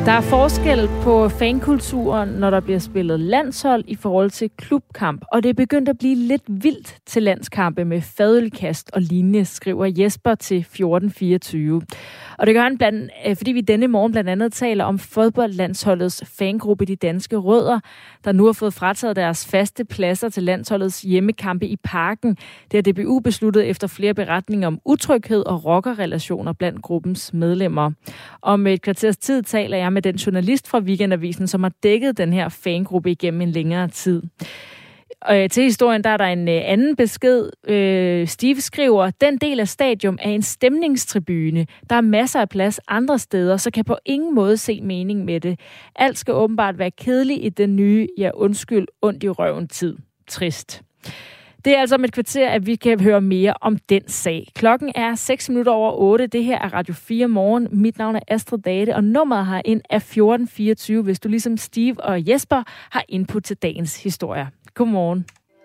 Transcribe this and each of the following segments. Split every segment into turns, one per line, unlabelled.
Der er forskel på fankulturen, når der bliver spillet landshold i forhold til klubkamp, og det er begyndt at blive lidt vildt til landskampe med fadølkast og lignende, skriver Jesper til 1424. Og det gør han fordi vi denne morgen blandt andet taler om fodboldlandsholdets fangruppe De Danske Rødder, der nu har fået frataget deres faste pladser til landsholdets hjemmekampe i Parken. Det har DBU besluttet efter flere beretninger om utryghed og rockerrelationer blandt gruppens medlemmer. Om et kvarters tid taler jeg med den journalist fra Weekendavisen, som har dækket den her fangruppe igennem en længere tid. Til historien, der er der en anden besked. Steve skriver, den del af stadion er en stemningstribune. Der er masser af plads andre steder, så kan på ingen måde se mening med det. Alt skal åbenbart være kedeligt i den nye, ondt i røven tid. Trist. Det er altså om et kvarter, at vi kan høre mere om den sag. Klokken er 6:08. Det her er Radio 4 Morgen. Mit navn er Astrid Date, og nummeret herind er 1424, hvis du ligesom Steve og Jesper har input til dagens historier. Godmorgen.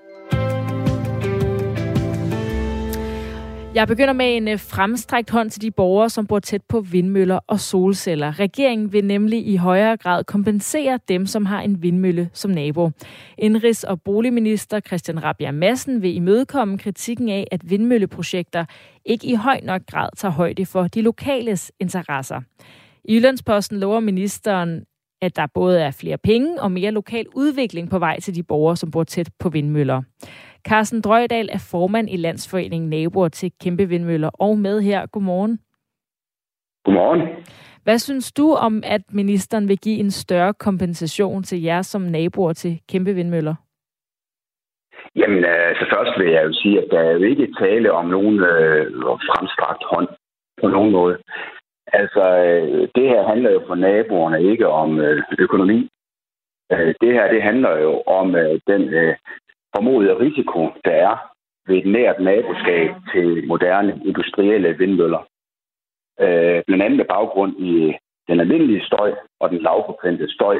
Jeg begynder med en fremstrakt hånd til de borgere, som bor tæt på vindmøller og solceller. Regeringen vil nemlig i højere grad kompensere dem, som har en vindmølle som nabo. Indenrigs- og boligminister Christian Rabjerg Madsen vil imødekomme kritikken af, at vindmølleprojekter ikke i høj nok grad tager højde for de lokales interesser. I Jyllandsposten lover ministeren, at der både er flere penge og mere lokal udvikling på vej til de borgere, som bor tæt på vindmøller. Carsten Drøjdal er formand i Landsforeningen Naboer til Kæmpe Vindmøller og med her. Godmorgen.
Godmorgen.
Hvad synes du om, at ministeren vil give en større kompensation til jer som naboer til Kæmpe Vindmøller?
Jamen, først vil jeg jo sige, at der er jo ikke tale om nogen fremstrakt hånd på nogen måde. Altså, det her handler jo for naboerne ikke om økonomi. Det her, det handler jo om den formodede risiko, der er ved et nært naboskab til moderne industrielle vindmøller. Blandt andet med baggrund i den almindelige støj og den lavfrekvente støj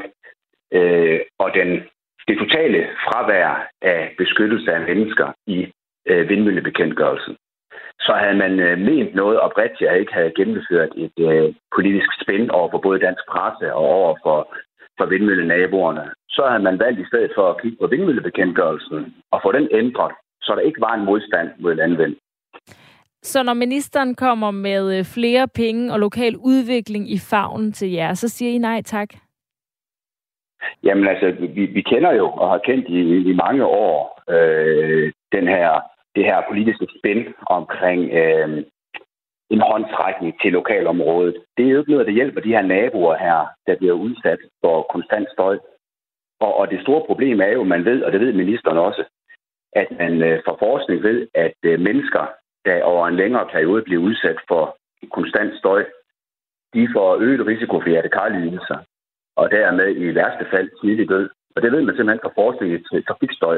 og det totale fravær af beskyttelse af mennesker i vindmøllebekendtgørelsen. Så havde man ment noget oprigtigt at ikke have gennemført et politisk spin over for både dansk presse og over for vindmøllenaboerne, så havde man valgt i stedet for at kigge på vindmøllebekendtgørelsen og få den ændret, så der ikke var en modstand mod landvind.
Så når ministeren kommer med flere penge og lokal udvikling i favnen til jer, så siger I nej tak?
Jamen altså, vi kender jo og har kendt i mange år det her politiske spin omkring en håndtrækning til lokalområdet. Det er jo ikke noget, der hjælper de her naboer her, der bliver udsat for konstant støj. Og det store problem er jo, man ved, og det ved ministeren også, at man fra forskning ved, at mennesker, der over en længere periode bliver udsat for konstant støj, de får øget risiko for hjertekarlidelser, og dermed i værste fald tidlig død. Og det ved man simpelthen fra forskning i trafikstøj.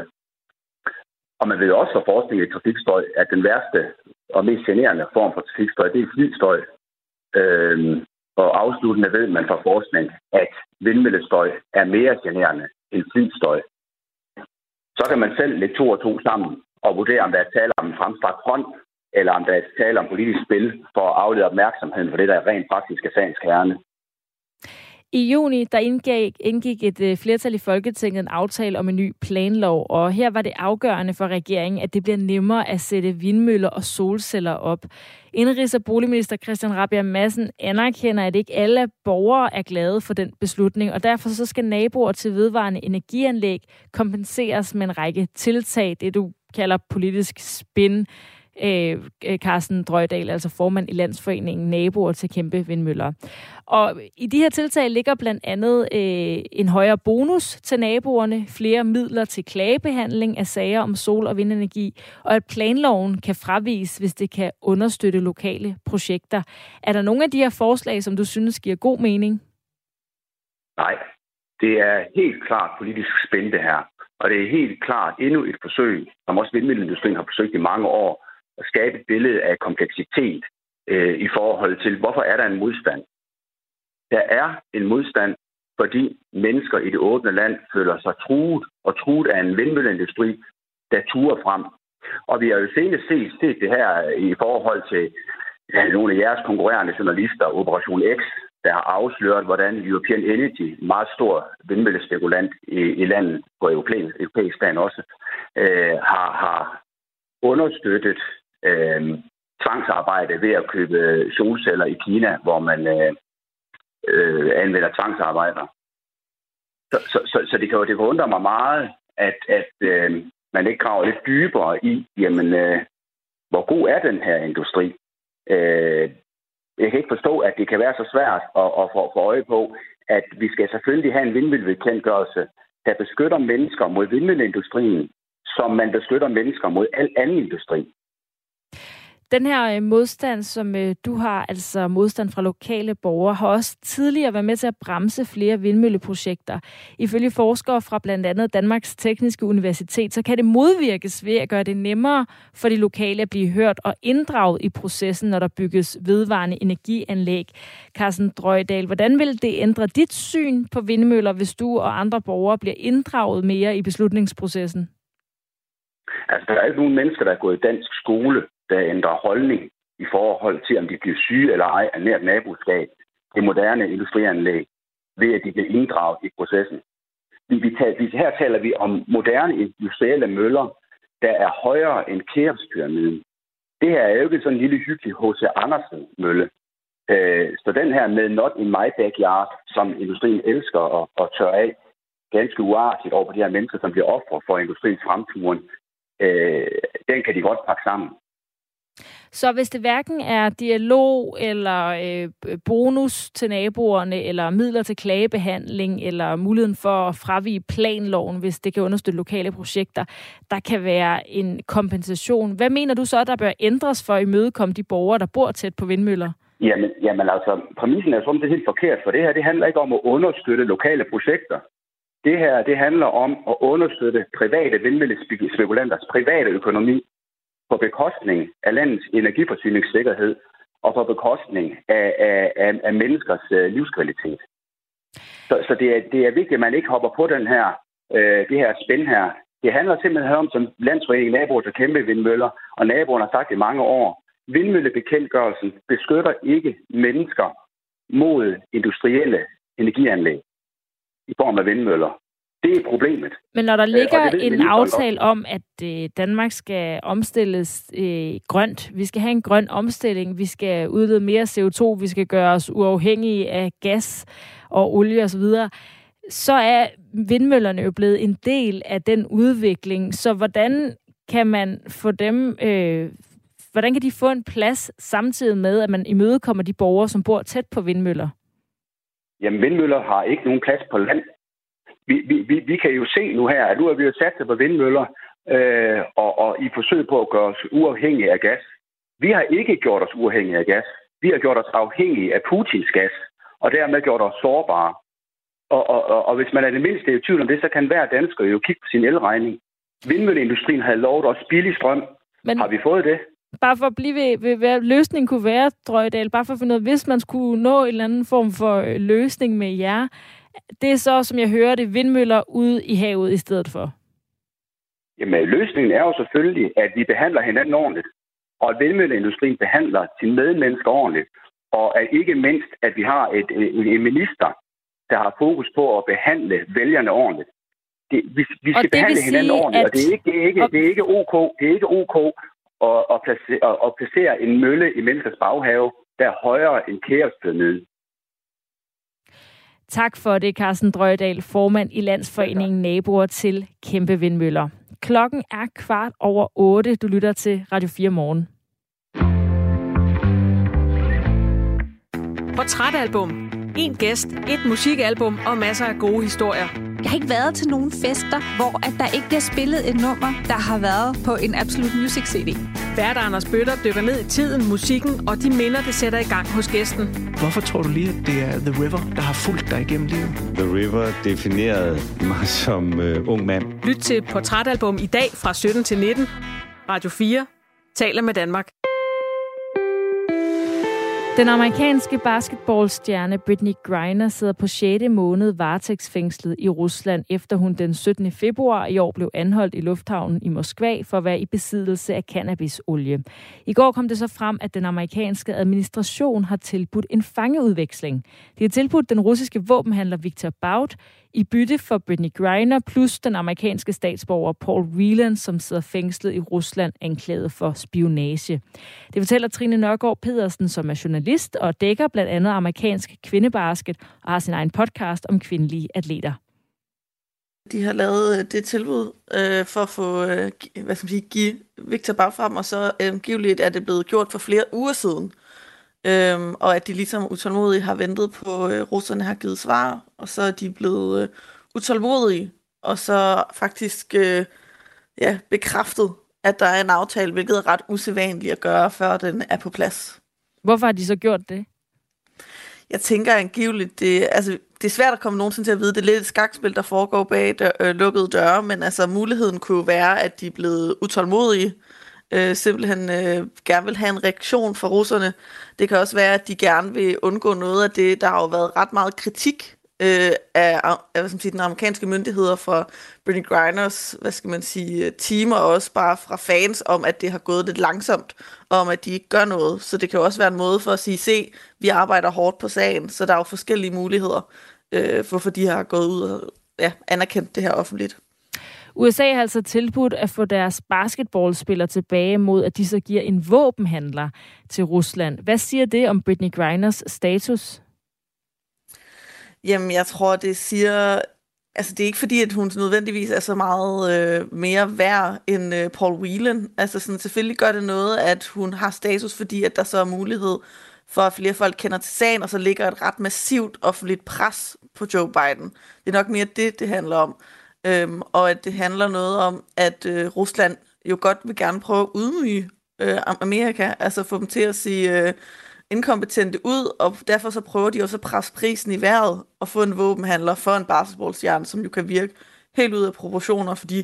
Og man ved også fra forskning i trafikstøj, at den værste og mest generende form for trafikstøj, det er flystøj. Og afsluttende ved man fra forskning, at vindmøllestøj er mere generende end flystøj. Så kan man selv lægge 2 og 2 sammen og vurdere, om der er tale om en fremstrakt hånd, eller om der er tale om politisk spil for at aflede opmærksomheden for det, der rent faktisk er sagens kerne.
I juni der indgik et flertal i Folketinget en aftale om en ny planlov, og her var det afgørende for regeringen, at det bliver nemmere at sætte vindmøller og solceller op. Indenrigs- og boligminister Christian Rabjerg Madsen anerkender, at ikke alle borgere er glade for den beslutning, og derfor så skal naboer til vedvarende energianlæg kompenseres med en række tiltag, det du kalder politisk spin. Carsten Drøjdal, altså formand i Landsforeningen Naboer til Kæmpe Vindmøller. Og i de her tiltag ligger blandt andet en højere bonus til naboerne, flere midler til klagebehandling af sager om sol- og vindenergi, og at planloven kan fraviges, hvis det kan understøtte lokale projekter. Er der nogle af de her forslag, som du synes giver god mening? Nej,
det er helt klart politisk spin det her. Og det er helt klart endnu et forsøg, som også vindmølleindustrien har forsøgt i mange år, at skabe et billede af kompleksitet i forhold til, hvorfor er der en modstand. Der er en modstand, fordi mennesker i det åbne land føler sig truet af en vindmølleindustri, der turer frem. Og vi har jo senest set det her i forhold til nogle af jeres konkurrerende journalister, Operation X, der har afsløret, hvordan European Energy, en meget stor vindmøllespekulant i landet, på europæisk plan også, har understøttet tvangsarbejde ved at købe solceller i Kina, hvor man anvender tvangsarbejdere. Så det kan undre mig meget, at man ikke graver lidt dybere i, jamen, hvor god er den her industri? Jeg kan ikke forstå, at det kan være så svært at få øje på, at vi skal selvfølgelig have en vindmøllebekendtgørelse, der beskytter mennesker mod vindmølleindustrien, som man beskytter mennesker mod al anden industri.
Den her modstand, som du har, altså modstand fra lokale borgere, har også tidligere været med til at bremse flere vindmølleprojekter. Ifølge forskere fra blandt andet Danmarks Tekniske Universitet, så kan det modvirkes ved at gøre det nemmere for de lokale at blive hørt og inddraget i processen, når der bygges vedvarende energianlæg. Carsten Drøjdal, hvordan vil det ændre dit syn på vindmøller, hvis du og andre borgere bliver inddraget mere i beslutningsprocessen?
Altså, der er ikke nogen mennesker, der er gået i dansk skole, der ændrer holdning i forhold til, om de bliver syge eller ej af nært naboskab til moderne industrianlæg, ved at de bliver inddraget i processen. Her taler vi om moderne industrielle møller, der er højere end Keopspyramiden. Det her er jo ikke sådan en lille hyggelig H.C. Andersen-mølle. Så den her med not in my backyard, som industrien elsker at tørre af, ganske uartigt over på de her mennesker, som bliver ofre for industriens fremturen, den kan de godt pakke sammen.
Så hvis det hverken er dialog eller bonus til naboerne, eller midler til klagebehandling, eller muligheden for at fravige planloven, hvis det kan understøtte lokale projekter, der kan være en kompensation. Hvad mener du så, der bør ændres for at imødekomme de borgere, der bor tæt på vindmøller?
Jamen altså, præmissen er sådan set helt forkert, for det her, det handler ikke om at understøtte lokale projekter. Det her, det handler om at understøtte private vindmøllespekulanters private økonomi, på bekostning af landets energiforsyningssikkerhed og på bekostning af menneskers livskvalitet. Så det er vigtigt, at man ikke hopper på det her spænd her. Det handler simpelthen om, som Landsforeningen Naboer til Kæmpe Vindmøller, og naboerne har sagt i mange år, vindmøllebekendtgørelsen beskytter ikke mennesker mod industrielle energianlæg i form af vindmøller. Det er problemet.
Men når der ligger en aftale om, at Danmark skal omstilles grønt, vi skal have en grøn omstilling, vi skal udlede mere CO2, vi skal gøre os uafhængige af gas og olie osv., så er vindmøllerne jo blevet en del af den udvikling. Så hvordan kan man få dem, hvordan kan de få en plads samtidig med, at man imødekommer de borgere, som bor tæt på vindmøller? Jamen,
vindmøller har ikke nogen plads på land. Vi kan jo se nu her, at nu er vi jo sat på vindmøller og i forsøg på at gøre os uafhængige af gas. Vi har ikke gjort os uafhængige af gas. Vi har gjort os afhængige af Putins gas, og dermed gjort os sårbare. Og hvis man er det mindste i tvivl om det, så kan hver dansker jo kigge på sin elregning. Vindmølleindustrien havde lovet os billig strøm. Men har vi fået det?
Bare for at blive ved hvad løsningen kunne være, Drøjdal, bare for at finde ud af, hvis man skulle nå en eller anden form for løsning med jer, det er så, som jeg hører det, vindmøller ude i havet i stedet for.
Jamen, løsningen er jo selvfølgelig, at vi behandler hinanden ordentligt, og at vindmølleindustrien behandler sine medmennesker ordentligt, og at ikke mindst, at vi har en minister, der har fokus på at behandle vælgerne ordentligt. Vi skal behandle hinanden ordentligt, og det er ikke ok at placere en mølle i menneskers baghave, der er højere end Keopspyramiden.
Tak for det, Carsten Drøjdal, formand i Landsforeningen Naboer til Kæmpe Vindmøller. Klokken er 7:15. Du lytter til Radio 4 Morgen.
Portrætalbum. En gæst, et musikalbum og masser af gode historier.
Jeg har ikke været til nogen fester, hvor at der ikke bliver spillet et nummer, der har været på en Absolute Music CD.
Vært Anders Bøtter dykker ned i tiden, musikken og de minder, det sætter i gang hos gæsten.
Hvorfor tror du lige, at det er The River, der har fulgt dig igennem livet?
The River definerede mig som ung mand.
Lyt til Portrætalbum i dag fra 17 til 19. Radio 4 taler med Danmark.
Den amerikanske basketballstjerne Brittney Griner sidder på 6. måned varetægtsfængslet i Rusland, efter hun den 17. februar i år blev anholdt i lufthavnen i Moskva for at være i besiddelse af cannabisolie. I går kom det så frem, at den amerikanske administration har tilbudt en fangeudveksling. De har tilbudt den russiske våbenhandler Viktor Bout i bytte for Brittney Griner plus den amerikanske statsborger Paul Whelan, som sidder fængslet i Rusland anklaget for spionage. Det fortæller Trine Nørgaard Pedersen, som er journalist og dækker blandt andet amerikansk kvindebasket og har sin egen podcast om kvindelige atleter.
De har lavet det tilbud for at få, give Viktor Bout frem, og så givetligt er det blevet gjort for flere uger siden. Og at de ligesom utålmodige har ventet på, russerne har givet svar, og så er de blevet utålmodige, og så faktisk bekræftet, at der er en aftale, hvilket er ret usædvanligt at gøre, før den er på plads.
Hvorfor har de så gjort det?
Jeg tænker angiveligt, det er svært at komme nogensinde til at vide. Det er lidt et skakspil, der foregår bag lukkede døre, men altså muligheden kunne jo være, at de er blevet utålmodige, simpelthen gerne vil have en reaktion fra russerne. Det kan også være, at de gerne vil undgå noget af det. Der har jo været ret meget kritik af den amerikanske myndigheder for Brittney Griners, timer, og også bare fra fans om, at det har gået lidt langsomt, og om at de ikke gør noget. Så det kan jo også være en måde for at sige, se, vi arbejder hårdt på sagen, så der er jo forskellige muligheder, hvorfor de har gået ud og anerkendt det her offentligt.
USA har altså tilbudt at få deres basketballspillere tilbage mod, at de så giver en våbenhandler til Rusland. Hvad siger det om Brittney Griners status?
Jamen, jeg tror, det siger... Altså, det er ikke fordi, at hun nødvendigvis er så meget mere værd end Paul Whelan. Altså, selvfølgelig gør det noget, at hun har status, fordi at der så er mulighed for, at flere folk kender til sagen, og så ligger et ret massivt offentligt pres på Joe Biden. Det er nok mere det handler om. Og at det handler noget om, at Rusland jo godt vil gerne prøve at ydmyge Amerika, altså få dem til at sige inkompetente ud, og derfor så prøver de også at presse prisen i vejret og få en våbenhandler for en basketballstjerne, som jo kan virke helt ud af proportioner, fordi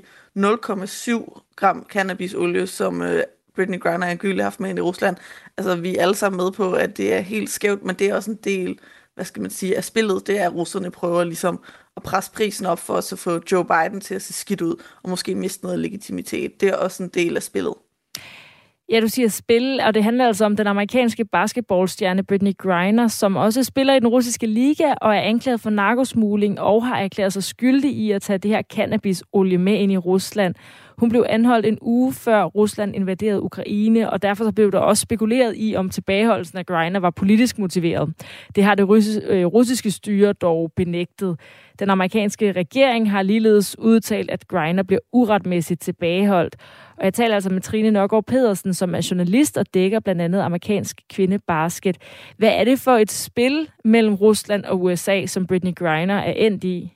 0,7 gram cannabisolie, som Brittney Griner angiveligt har haft med ind i Rusland, altså vi er alle sammen med på, at det er helt skævt, men det er også en del, af spillet, det er, at russerne prøver ligesom at presse prisen op for os at få Joe Biden til at se skidt ud, og måske miste noget legitimitet. Det er også en del af spillet.
Ja, du siger spil, og det handler altså om den amerikanske basketballstjerne Brittney Griner, som også spiller i den russiske liga og er anklaget for narkosmugling og har erklæret sig skyldig i at tage det her cannabisolie med ind i Rusland. Hun blev anholdt en uge før Rusland invaderede Ukraine, og derfor så blev der også spekuleret i, om tilbageholdelsen af Griner var politisk motiveret. Det har det russiske styre dog benægtet. Den amerikanske regering har ligeledes udtalt, at Griner bliver uretmæssigt tilbageholdt. Og jeg taler altså med Trine Nørgaard Pedersen, som er journalist og dækker blandt andet amerikansk kvindebasket. Hvad er det for et spil mellem Rusland og USA, som Brittney Griner er endt i?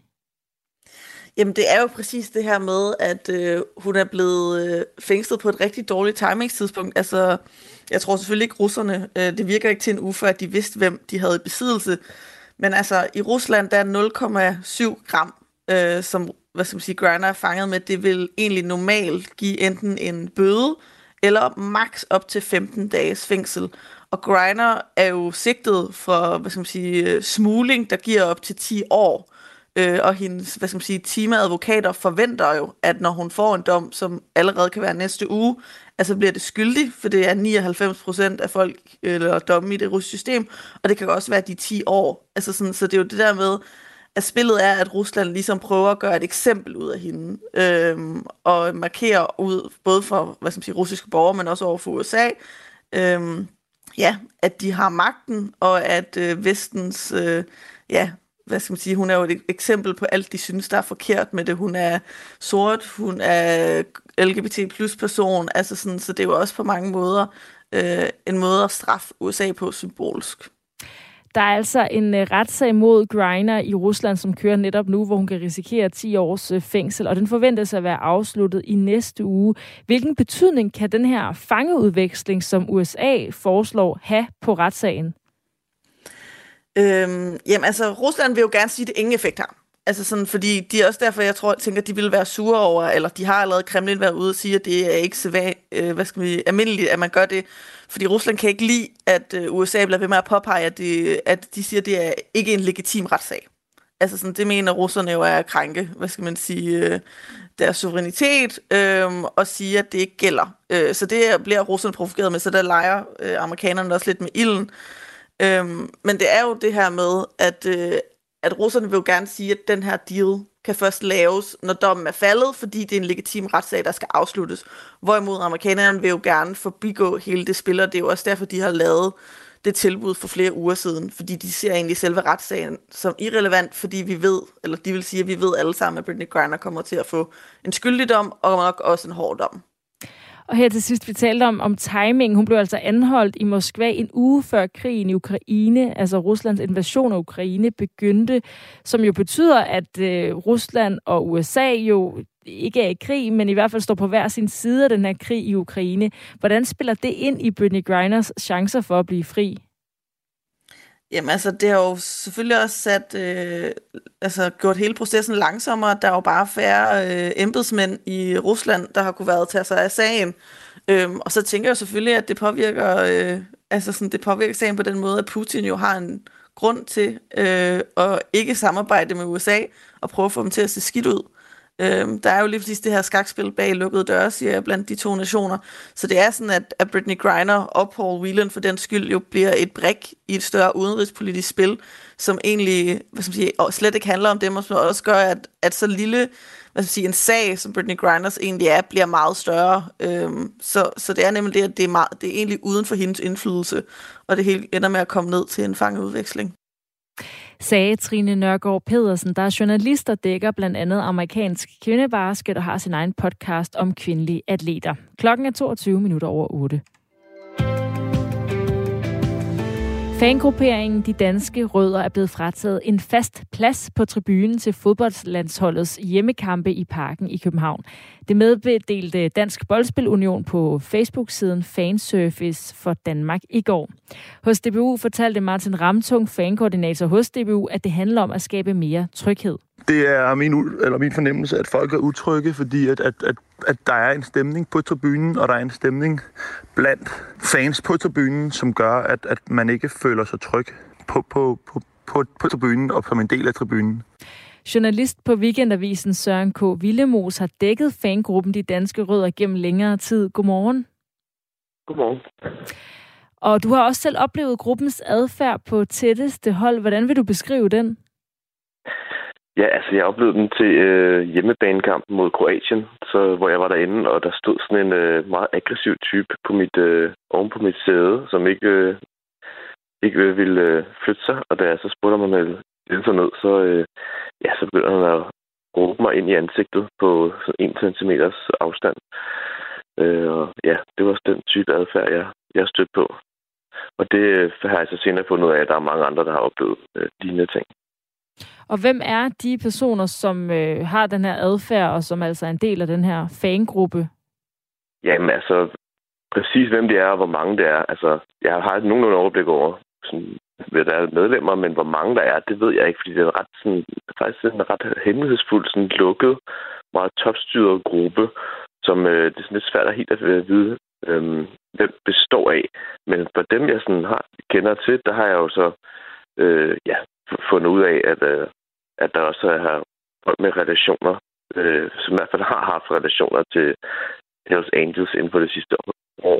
Jamen, det er jo præcis det her med, at hun er blevet fængslet på et rigtig dårligt timingstidspunkt. Altså, jeg tror selvfølgelig ikke russerne, det virker ikke til en uge før, at de vidste, hvem de havde i besiddelse. Men altså, i Rusland, der er 0,7 gram, som Griner er fanget med. Det vil egentlig normalt give enten en bøde, eller maks op til 15 dages fængsel. Og Griner er jo sigtet for, smugling, der giver op til 10 år. Og hendes, teamadvokater forventer jo, at når hun får en dom, som allerede kan være næste uge, altså bliver det skyldig, for det er 99% af folk, eller domme i det russiske system, og det kan også være de 10 år. Altså så det er jo det der med, at spillet er, at Rusland ligesom prøver at gøre et eksempel ud af hende, og markere ud, både for, russiske borgere, men også over for USA, at de har magten, og at vestens, hun er jo et eksempel på alt, de synes, der er forkert med det. Hun er sort, hun er LGBT plus person, så det er jo også på mange måder en måde at straffe USA på symbolsk.
Der er altså en retssag mod Griner i Rusland, som kører netop nu, hvor hun kan risikere 10 års fængsel, og den forventes at være afsluttet i næste uge. Hvilken betydning kan den her fangeudveksling, som USA foreslår, have på retssagen?
Rusland vil jo gerne sige, at det ingen effekt har. Altså sådan, fordi de er også derfor, jeg tænker, at de vil være sure over, eller de har allerede Kremlin været ude og sige, at det er ikke så almindeligt, at man gør det. Fordi Rusland kan ikke lide, at USA bliver ved med at påpege, at de siger, at det er ikke en legitim retssag. Altså sådan, det mener russerne jo er at krænke, deres suverænitet, og sige, at det ikke gælder. Så det bliver russerne provokeret med, så der leger amerikanerne også lidt med ilden. Men det er jo det her med, at russerne vil jo gerne sige, at den her deal kan først laves, når dommen er faldet, fordi det er en legitim retssag, der skal afsluttes. Hvorimod amerikanerne vil jo gerne forbigå hele det spil, og det er jo også derfor, de har lavet det tilbud for flere uger siden, fordi de ser egentlig selve retssagen som irrelevant, fordi vi ved, eller de vil sige, at vi ved alle sammen, at Brittney Griner kommer til at få en skyldig dom, og nok også en hård dom.
Og her til sidst, vi talte om timing. Hun blev altså anholdt i Moskva en uge før krigen i Ukraine, altså Ruslands invasion af Ukraine, begyndte, som jo betyder, at Rusland og USA jo ikke er i krig, men i hvert fald står på hver sin side af den her krig i Ukraine. Hvordan spiller det ind i Brittney Griners chancer for at blive fri?
Jamen altså, det har jo selvfølgelig også gjort hele processen langsommere. Der er jo bare færre embedsmænd i Rusland, der har kunne været tage sig af sagen. Og så tænker jeg selvfølgelig, at det påvirker sagen på den måde, at Putin jo har en grund til at ikke samarbejde med USA og prøve at få dem til at se skidt ud. Der er jo lige præcis det her skakspil bag lukkede døre, siger jeg, blandt de to nationer. Så det er sådan, at Brittney Griner og Paul Whelan for den skyld jo bliver et brik i et større udenrigspolitisk spil, som egentlig slet ikke handler om dem, og som også gør, at så lille en sag, som Brittney Griners egentlig er, bliver meget større. Så det er nemlig det, at det er egentlig uden for hendes indflydelse, og det hele ender med at komme ned til en fangeudveksling.
Sagde Trine Nørgaard Pedersen, der er journalist og dækker blandt andet amerikansk kvindebasket og har sin egen podcast om kvindelige atleter. Klokken er 22:08. Fangrupperingen De Danske Rødder er blevet frataget en fast plads på tribunen til fodboldlandsholdets hjemmekampe i Parken i København. Det meddelte Dansk Boldspil-Union på Facebook-siden Fanservice for Danmark i går. Hos DBU fortalte Martin Ramtung, fankoordinator hos DBU, at det handler om at skabe mere tryghed.
Det er min fornemmelse, at folk er utrygge, fordi at der er en stemning på tribunen, og der er en stemning blandt fans på tribunen, som gør, at man ikke føler sig tryg på tribunen og som en del af tribunen.
Journalist på Weekendavisen Søren K. Willemoes har dækket fangruppen De Danske Rødder gennem længere tid. Godmorgen.
Godmorgen.
Og du har også selv oplevet gruppens adfærd på tætteste hold. Hvordan vil du beskrive den?
Ja, altså jeg oplevede den til hjemmebanekampen mod Kroatien, hvor jeg var derinde, og der stod sådan en meget aggressiv type på oven på mit sæde, som ikke ville flytte sig, og da jeg så spurgte mig med lidt ned, så begyndte han at råbe mig ind i ansigtet på 1 centimeters afstand. Og ja, det var den type adfærd, jeg stødte på. Og det har jeg så senere fundet ud af, at der er mange andre, der har oplevet lignende ting.
Og hvem er de personer, som har den her adfærd, og som altså er en del af den her fangruppe?
Jamen altså, præcis hvem det er, og hvor mange det er. Altså, jeg har ikke nogenlunde overblik over, hvad der er medlemmer, men hvor mange der er, det ved jeg ikke, fordi det er faktisk en ret hemmelighedsfuld, sådan lukket, meget topstyret gruppe, som det er sådan lidt svært at helt at vide, hvem består af. Men for dem, jeg kender til, der har jeg jo så fundet ud af, at der også er folk med relationer, som i hvert fald har haft relationer til Hells Angels inden for det sidste år.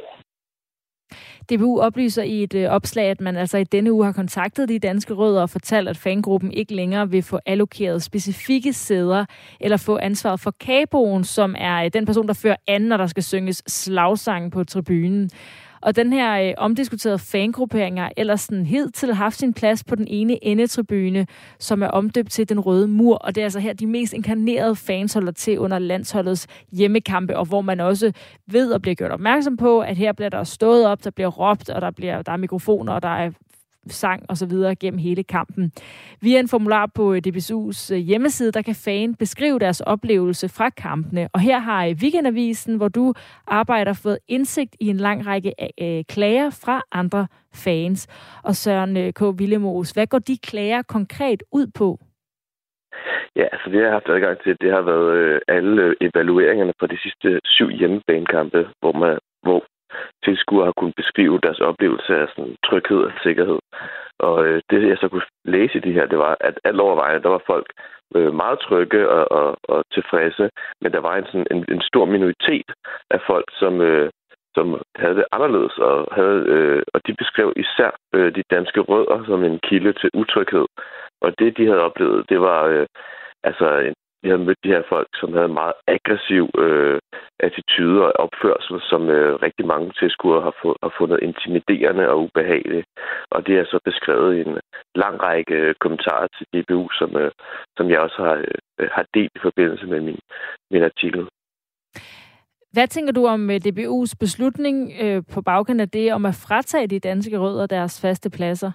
DBU oplyser i et opslag, at man altså i denne uge har kontaktet De Danske Rødder og fortalt, at fangruppen ikke længere vil få allokeret specifikke sæder eller få ansvaret for capoen, som er den person, der fører an, når der skal synges slagsange på tribunen. Og den her omdiskuterede fangruppering har ellers sådan hidtil haft sin plads på den ene endetribune, som er omdøbt til Den Røde Mur. Og det er altså her, de mest inkarnerede fans holder til under landsholdets hjemmekampe, og hvor man også ved og bliver gjort opmærksom på, at her bliver der stået op, der bliver råbt, og der er mikrofoner, og der er sang og så videre gennem hele kampen. Via en formular på DBU's hjemmeside, der kan fan beskrive deres oplevelse fra kampene. Og her har Weekendavisen, hvor du arbejder, fået indsigt i en lang række klager fra andre fans. Og Søren K. Willemoes, hvad går de klager konkret ud på?
Ja, altså det, jeg har haft adgang til, det har været alle evalueringerne fra de sidste 7 hjemmebanekampe, hvor tilskuere har kunnet beskrive deres oplevelse af sådan, tryghed og sikkerhed. Og det, jeg så kunne læse i de her, det var, at alt overvejende, der var folk meget trygge og tilfredse, men der var en stor minoritet af folk, som havde det anderledes, og de beskrev især de danske rødder som en kilde til utryghed. Og det, de havde oplevet, det var vi havde mødt de her folk, som havde meget aggressiv attitude og opførsel, som rigtig mange tilskuere har fundet intimiderende og ubehagelige. Og det er så beskrevet i en lang række kommentarer til DBU, som jeg også har delt i forbindelse med min artikel.
Hvad tænker du om DBU's beslutning på baggrund af det, om at fratage de danske rødder deres faste pladser?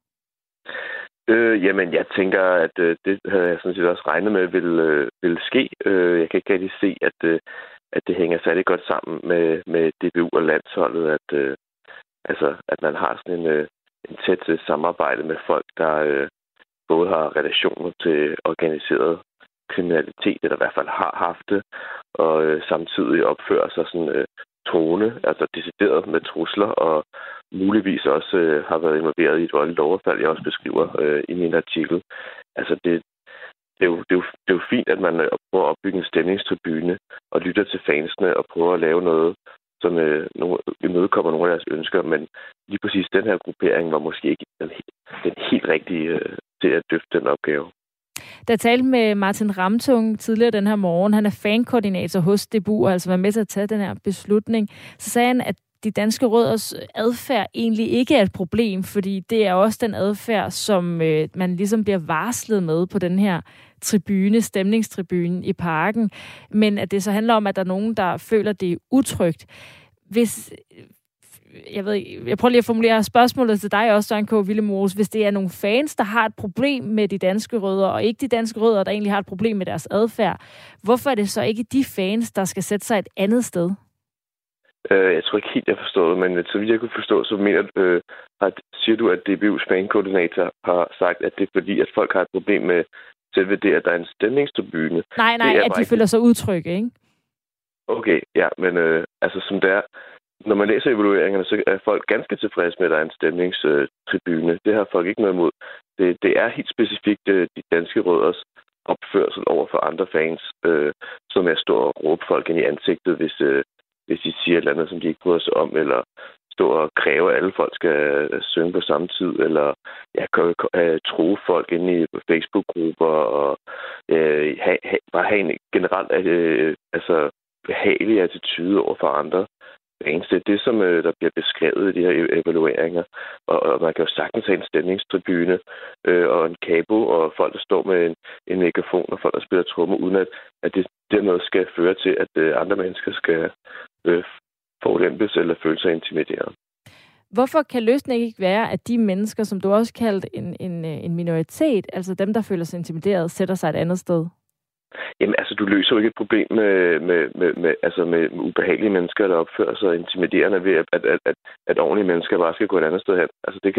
Jamen, jeg tænker, at det havde jeg sådan set også regnet med ville ske. Jeg kan ikke rigtig se, at det hænger særlig godt sammen med DBU og landsholdet, at man har sådan en tæt samarbejde med folk, der både har relationer til organiseret kriminalitet, eller i hvert fald har haft det, og samtidig opfører sig sådan truende, altså decideret med trusler, og muligvis også har været involveret i et voldeligt overfald, jeg også beskriver i min artikel. Altså det er jo fint, at man prøver at opbygge en stemningstribune og lytter til fansene og prøver at lave noget, som imødekommer nogle af deres ønsker, men lige præcis den her gruppering var måske ikke den helt rigtige til at løfte den opgave.
Da jeg talte med Martin Ramtung tidligere den her morgen, han er fankoordinator hos DBU og altså var med til at tage den her beslutning, så sagde han, at de danske rødders adfærd egentlig ikke er et problem, fordi det er også den adfærd, som man ligesom bliver varslet med på den her tribune, stemningstribune i parken, men at det så handler om, at der er nogen, der føler, det er utrygt. Jeg prøver lige at formulere spørgsmålet til dig også, Søren K. Willemoes. Hvis det er nogle fans, der har et problem med de danske rødder, og ikke de danske rødder, der egentlig har et problem med deres adfærd, hvorfor er det så ikke de fans, der skal sætte sig et andet sted?
Jeg tror ikke helt, jeg forstår det, men så vidt jeg kunne forstå, så siger du, at DBU's fankoordinator har sagt, at det er fordi, at folk har et problem med selve det, at der er en stemningstribune.
Nej, at de føler sig utrygge, ikke? Okay,
ja, men som det er, når man læser evalueringerne, så er folk ganske tilfredse med, at der er en stemningstribune. Det har folk ikke noget imod. Det er helt specifikt de danske rødders opførsel over for andre fans, som er stå og råbe folk ind i ansigtet, hvis de siger et eller andet, som de ikke bryder sig om, eller stå og kræve, at alle folk skal synge på samme tid, eller true folk ind i Facebook-grupper, og bare have en generelt behagelig attitude over for andre. Det er det, som der bliver beskrevet i de her evalueringer. Og man kan jo sagtens have en stemningstribune og en kabo, og folk, der står med en megafon, og folk, der spiller trommer, uden at det dermed skal føre til, at andre mennesker skal forulempes eller føle sig intimideret.
Hvorfor kan løsningen ikke være, at de mennesker, som du også kaldte en minoritet, altså dem, der føler sig intimideret, sætter sig et andet sted?
Jamen, du løser jo ikke et problem med ubehagelige mennesker, der opfører sig intimiderende ved, at ordentlige mennesker bare skal gå et andet sted hen. Altså, det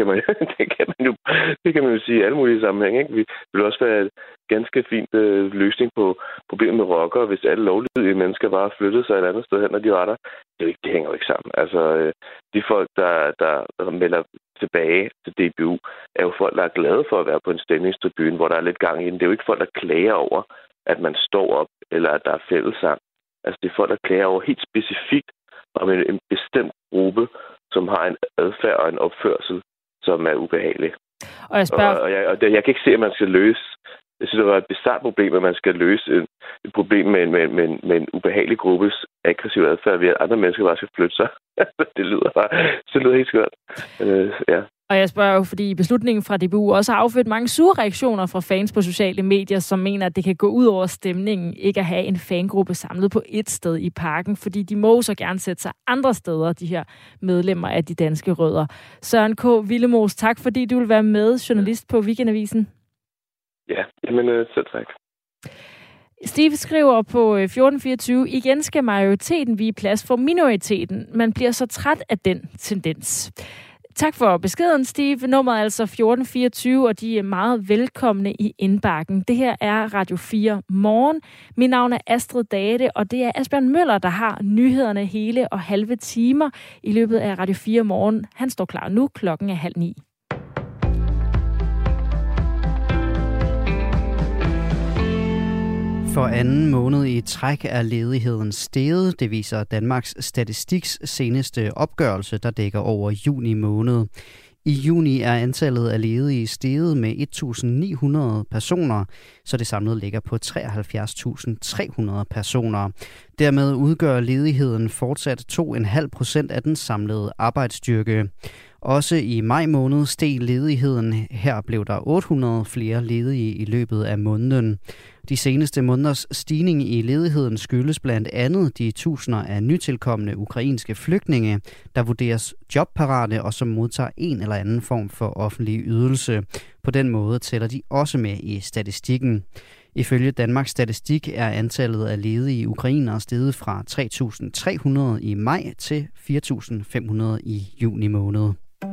kan man jo sige i alle mulige sammenhænge, ikke? Vi vil også være en ganske fint løsning på problemet med rockere, hvis alle lovlydige mennesker bare flyttede sig et andet sted hen, når de var der. Det hænger jo ikke sammen. Altså, de folk, der melder tilbage til DBU, er jo folk, der er glade for at være på en stemningstribune, hvor der er lidt gang i den. Det er jo ikke folk, der klager over, at man står op, eller at der er fællessang. Altså, det er folk, der klager over helt specifikt om en bestemt gruppe, som har en adfærd og en opførsel, som er ubehagelig.
Og
jeg kan ikke se, at man skal løse. Jeg synes, det var et bizarrt problem, at man skal løse et problem med en ubehagelig gruppes aggressiv adfærd ved, at andre mennesker bare skal flytte sig. Det lyder helt skørt. Ja.
Og jeg spørger jo, fordi beslutningen fra DBU også har affødt mange sure reaktioner fra fans på sociale medier, som mener, at det kan gå ud over stemningen ikke at have en fangruppe samlet på et sted i parken, fordi de må så gerne sætte sig andre steder, de her medlemmer af de danske rødder. Søren K. Willemoes, tak fordi du vil være med, journalist på Weekendavisen.
Ja, jamen selv tak.
Steve skriver på 1424, igen skal majoriteten vige plads for minoriteten. Man bliver så træt af den tendens. Tak for beskeden, Steve. Nummeret er altså 1424, og de er meget velkomne i indbakken. Det her er Radio 4 Morgen. Mit navn er Astrid Date, og det er Asbjørn Møller, der har nyhederne hele og halve timer i løbet af Radio 4 Morgen. Han står klar nu, klokken er 8:30.
For anden måned i træk er ledigheden steget. Det viser Danmarks Statistiks seneste opgørelse, der dækker over juni måned. I juni er antallet af ledige steget med 1.900 personer, så det samlet ligger på 73.300 personer. Dermed udgør ledigheden fortsat 2,5% af den samlede arbejdsstyrke. Også i maj måned steg ledigheden. Her blev der 800 flere ledige i løbet af måneden. De seneste måneders stigning i ledigheden skyldes blandt andet de tusinder af nytilkommende ukrainske flygtninge, der vurderes jobparate og som modtager en eller anden form for offentlig ydelse. På den måde tæller de også med i statistikken. Ifølge Danmarks Statistik er antallet af ledige ukrainere steget fra 3.300 i maj til 4.500 i juni måned.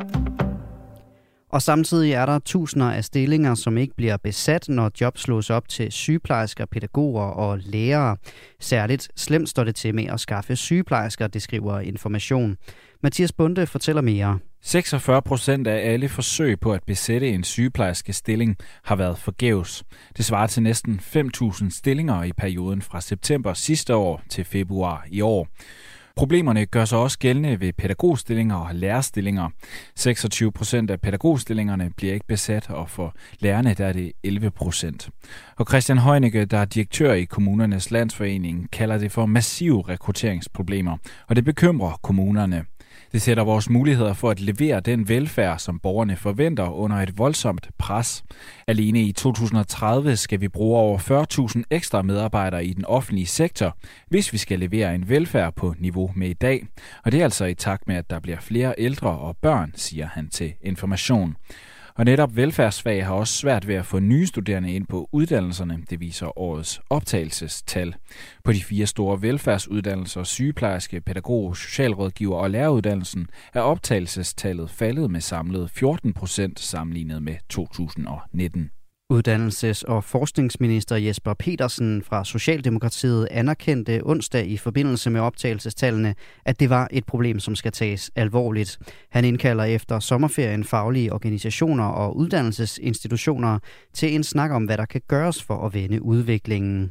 Og samtidig er der tusinder af stillinger, som ikke bliver besat, når job slås op til sygeplejersker, pædagoger og lærere. Særligt slemt står det til med at skaffe sygeplejersker, det skriver Information. Mathias Bunde fortæller mere.
46% af alle forsøg på at besætte en sygeplejerskestilling har været forgæves. Det svarer til næsten 5.000 stillinger i perioden fra september sidste år til februar i år. Problemerne gør sig også gældende ved pædagogstillinger og lærerstillinger. 26% af pædagogstillingerne bliver ikke besat, og for lærerne der er det 11%. Og Christian Heunicke, der er direktør i Kommunernes Landsforening, kalder det for massive rekrutteringsproblemer, og det bekymrer kommunerne. Det sætter vores muligheder for at levere den velfærd, som borgerne forventer, under et voldsomt pres. Alene i 2030 skal vi bruge over 40.000 ekstra medarbejdere i den offentlige sektor, hvis vi skal levere en velfærd på niveau med i dag. Og det er altså i takt med, at der bliver flere ældre og børn, siger han til Information. Og netop velfærdsfag har også svært ved at få nye studerende ind på uddannelserne, det viser årets optagelsestal. På de 4 store velfærdsuddannelser, sygeplejerske, pædagog, socialrådgiver og læreruddannelsen, er optagelsestallet faldet med samlet 14% sammenlignet med 2019.
Uddannelses- og forskningsminister Jesper Petersen fra Socialdemokratiet anerkendte onsdag i forbindelse med optagelsestallene, at det var et problem, som skal tages alvorligt. Han indkalder efter sommerferien faglige organisationer og uddannelsesinstitutioner til en snak om, hvad der kan gøres for at vende udviklingen.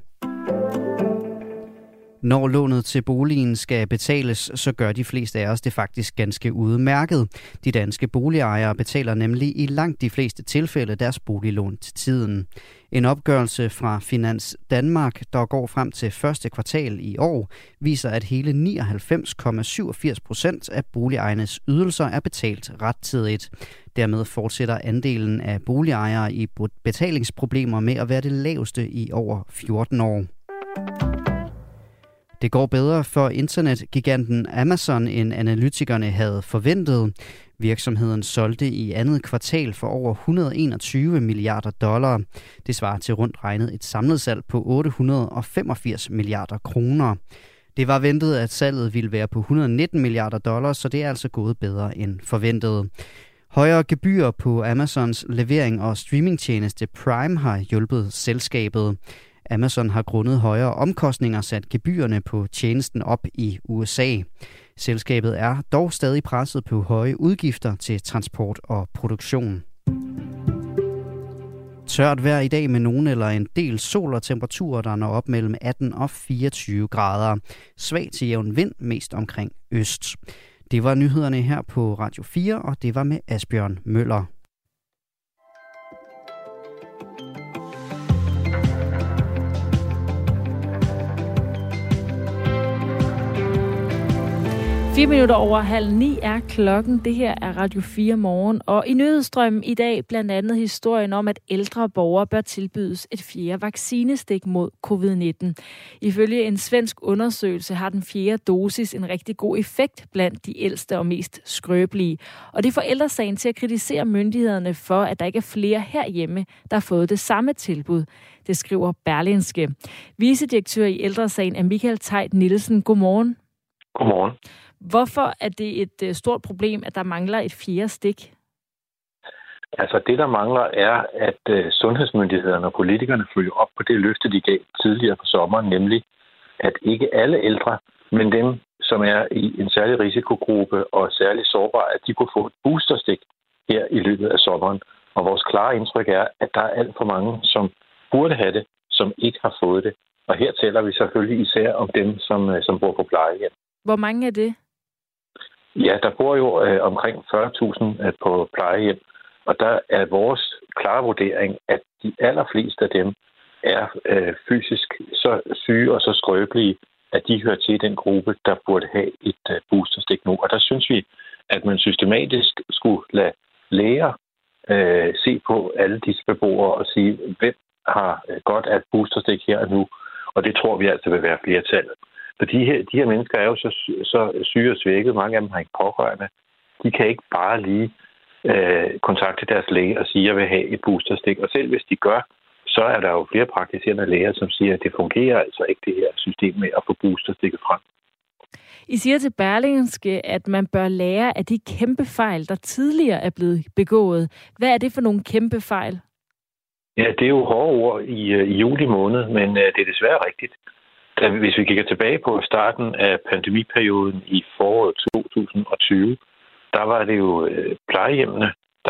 Når lånet til boligen skal betales, så gør de fleste af os det faktisk ganske udmærket. De danske boligejere betaler nemlig i langt de fleste tilfælde deres boliglån til tiden. En opgørelse fra Finans Danmark, der går frem til første kvartal i år, viser, at hele 99,87% af boligejernes ydelser er betalt rettidigt. Dermed fortsætter andelen af boligejere i betalingsproblemer med at være det laveste i over 14 år. Det går bedre for internetgiganten Amazon, end analytikerne havde forventet. Virksomheden solgte i andet kvartal for over $121 milliarder. Det svarer til rundt regnet et samlet salg på 885 milliarder kroner. Det var ventet, at salget ville være på $119 milliarder, så det er altså gået bedre end forventet. Højere gebyrer på Amazons levering og streamingtjeneste Prime har hjulpet selskabet. Amazon har grundet højere omkostninger sat gebyrerne på tjenesten op i USA. Selskabet er dog stadig presset på høje udgifter til transport og produktion. Tørt vejr i dag med nogen eller en del sol og temperaturer, der når op mellem 18 og 24 grader. Svag til jævn vind, mest omkring øst. Det var nyhederne her på Radio 4, og det var med Asbjørn Møller.
4 minutter over 8:30 er klokken. Det her er Radio 4 Morgen. Og i nyhedsstrømmen i dag blandt andet historien om, at ældre borgere bør tilbydes et 4. vaccinestik mod covid-19. Ifølge en svensk undersøgelse har den 4. dosis en rigtig god effekt blandt de ældste og mest skrøbelige. Og det får Ældresagen til at kritisere myndighederne for, at der ikke er flere herhjemme, der har fået det samme tilbud. Det skriver Berlingske. Vicedirektør i Ældresagen er Michael Teit Nielsen. Godmorgen.
Godmorgen.
Hvorfor er det et stort problem, at der mangler et 4. stik?
Altså det, der mangler, er, at sundhedsmyndighederne og politikerne følger op på det løfte, de gav tidligere på sommeren, nemlig at ikke alle ældre, men dem, som er i en særlig risikogruppe og særlig sårbare, at de kunne få et boosterstik her i løbet af sommeren. Og vores klare indtryk er, at der er alt for mange, som burde have det, som ikke har fået det. Og her taler vi selvfølgelig især om dem, som bor på plejehjem.
Hvor mange er det?
Ja, der bor jo omkring 40.000 på plejehjem. Og der er vores klare vurdering, at de allerfleste af dem er fysisk så syge og så skrøbelige, at de hører til den gruppe, der burde have et boosterstik nu. Og der synes vi, at man systematisk skulle lade læger se på alle disse beboere og sige, hvem har godt af et boosterstik her og nu. Og det tror vi altså vil være flertal. For de her mennesker er jo så syge og svækket. Mange af dem har ikke pårørende. De kan ikke bare lige kontakte deres læge og sige, at jeg vil have et boosterstik. Og selv hvis de gør, så er der jo flere praktiserende læger, som siger, at det fungerer altså ikke det her system med at få boosterstikket frem.
I siger til Berlingske, at man bør lære af de kæmpe fejl, der tidligere er blevet begået. Hvad er det for nogle kæmpe fejl?
Ja, det er jo hårde ord i juli måned, men det er desværre rigtigt. Hvis vi kigger tilbage på starten af pandemiperioden i foråret 2020, der var det jo plejehjemmene,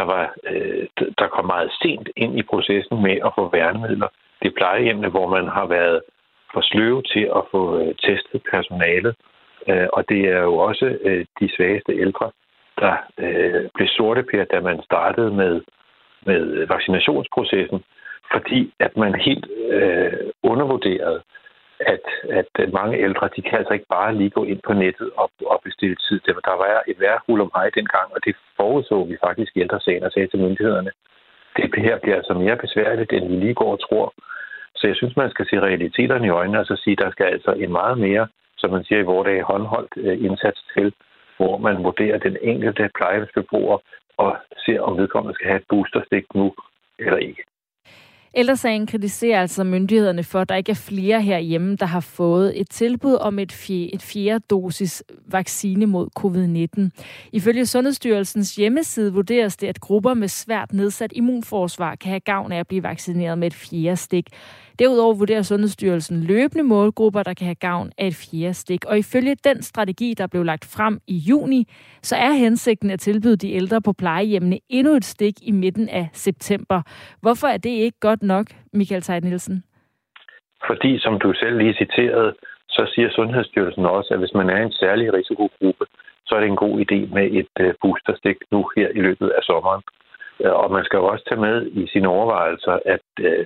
der kom meget sent ind i processen med at få værnemidler. Det er plejehjemmene, hvor man har været for sløve til at få testet personalet. Og det er jo også de svageste ældre, der blev sorteper, da man startede med vaccinationsprocessen, fordi at man helt undervurderede, at mange ældre, de kan altså ikke bare lige gå ind på nettet og bestille tid. Der var et værhul om hej dengang, og det forudså vi faktisk i ældresagen og sagde til myndighederne. Det her bliver altså mere besværligt, end vi lige går og tror. Så jeg synes, man skal se realiteterne i øjnene og så sige, at der skal altså en meget mere, som man siger i vores dag, håndholdt indsats til, hvor man vurderer den enkelte plejehjemsbeboer og ser, om vedkommende skal have et boosterstik nu eller ikke.
Ældresagen kritiserer altså myndighederne for, at der ikke er flere herhjemme, der har fået et tilbud om et 4. dosis vaccine mod covid-19. Ifølge Sundhedsstyrelsens hjemmeside vurderes det, at grupper med svært nedsat immunforsvar kan have gavn af at blive vaccineret med et 4. stik. Derudover vurderer Sundhedsstyrelsen løbende målgrupper, der kan have gavn af et 4. stik. Og ifølge den strategi, der blev lagt frem i juni, så er hensigten at tilbyde de ældre på plejehjemmene endnu et stik i midten af september. Hvorfor er det ikke godt nok, Michael Tejt Nielsen?
Fordi, som du selv lige citerede, så siger Sundhedsstyrelsen også, at hvis man er i en særlig risikogruppe, så er det en god idé med et boosterstik nu her i løbet af sommeren. Og man skal jo også tage med i sine overvejelser, at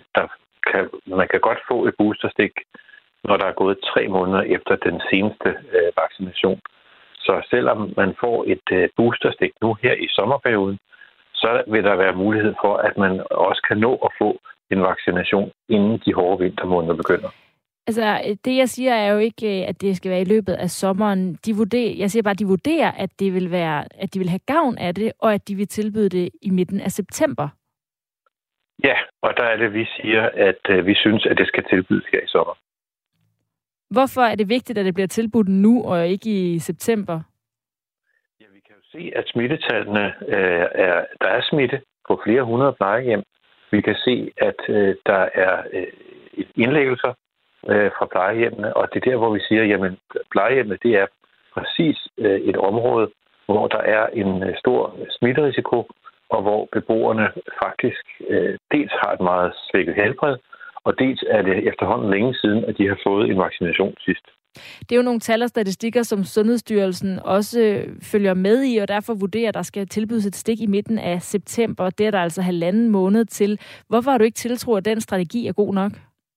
man kan godt få et boosterstik, når der er gået 3 måneder efter den seneste vaccination. Så selvom man får et boosterstik nu her i sommerperioden, så vil der være mulighed for, at man også kan nå at få en vaccination, inden de hårde vintermåneder begynder.
Altså, det jeg siger er jo ikke, at det skal være i løbet af sommeren. Jeg siger bare, at de vurderer, at de vil have gavn af det, og at de vil tilbyde det i midten af september.
Ja, og der er det, vi siger, at vi synes, at det skal tilbydes her i sommer.
Hvorfor er det vigtigt, at det bliver tilbudt nu, og ikke i september?
Ja, vi kan jo se, at smittetallene der er smitte på flere hundrede plejehjem. Vi kan se, at der er indlæggelser fra plejehjemmene, og det er der, hvor vi siger, jamen plejehjemmene, det er præcis et område, hvor der er en stor smitterisiko, og hvor beboerne faktisk dels har et meget svækket helbred, og dels er det efterhånden længe siden, at de har fået en vaccination sidst.
Det er jo nogle tal og statistikker, som Sundhedsstyrelsen også følger med i, og derfor vurderer, at der skal tilbydes et stik i midten af september. Det er der altså 1,5 måned til. Hvorfor har du ikke tiltro, at den strategi er god nok?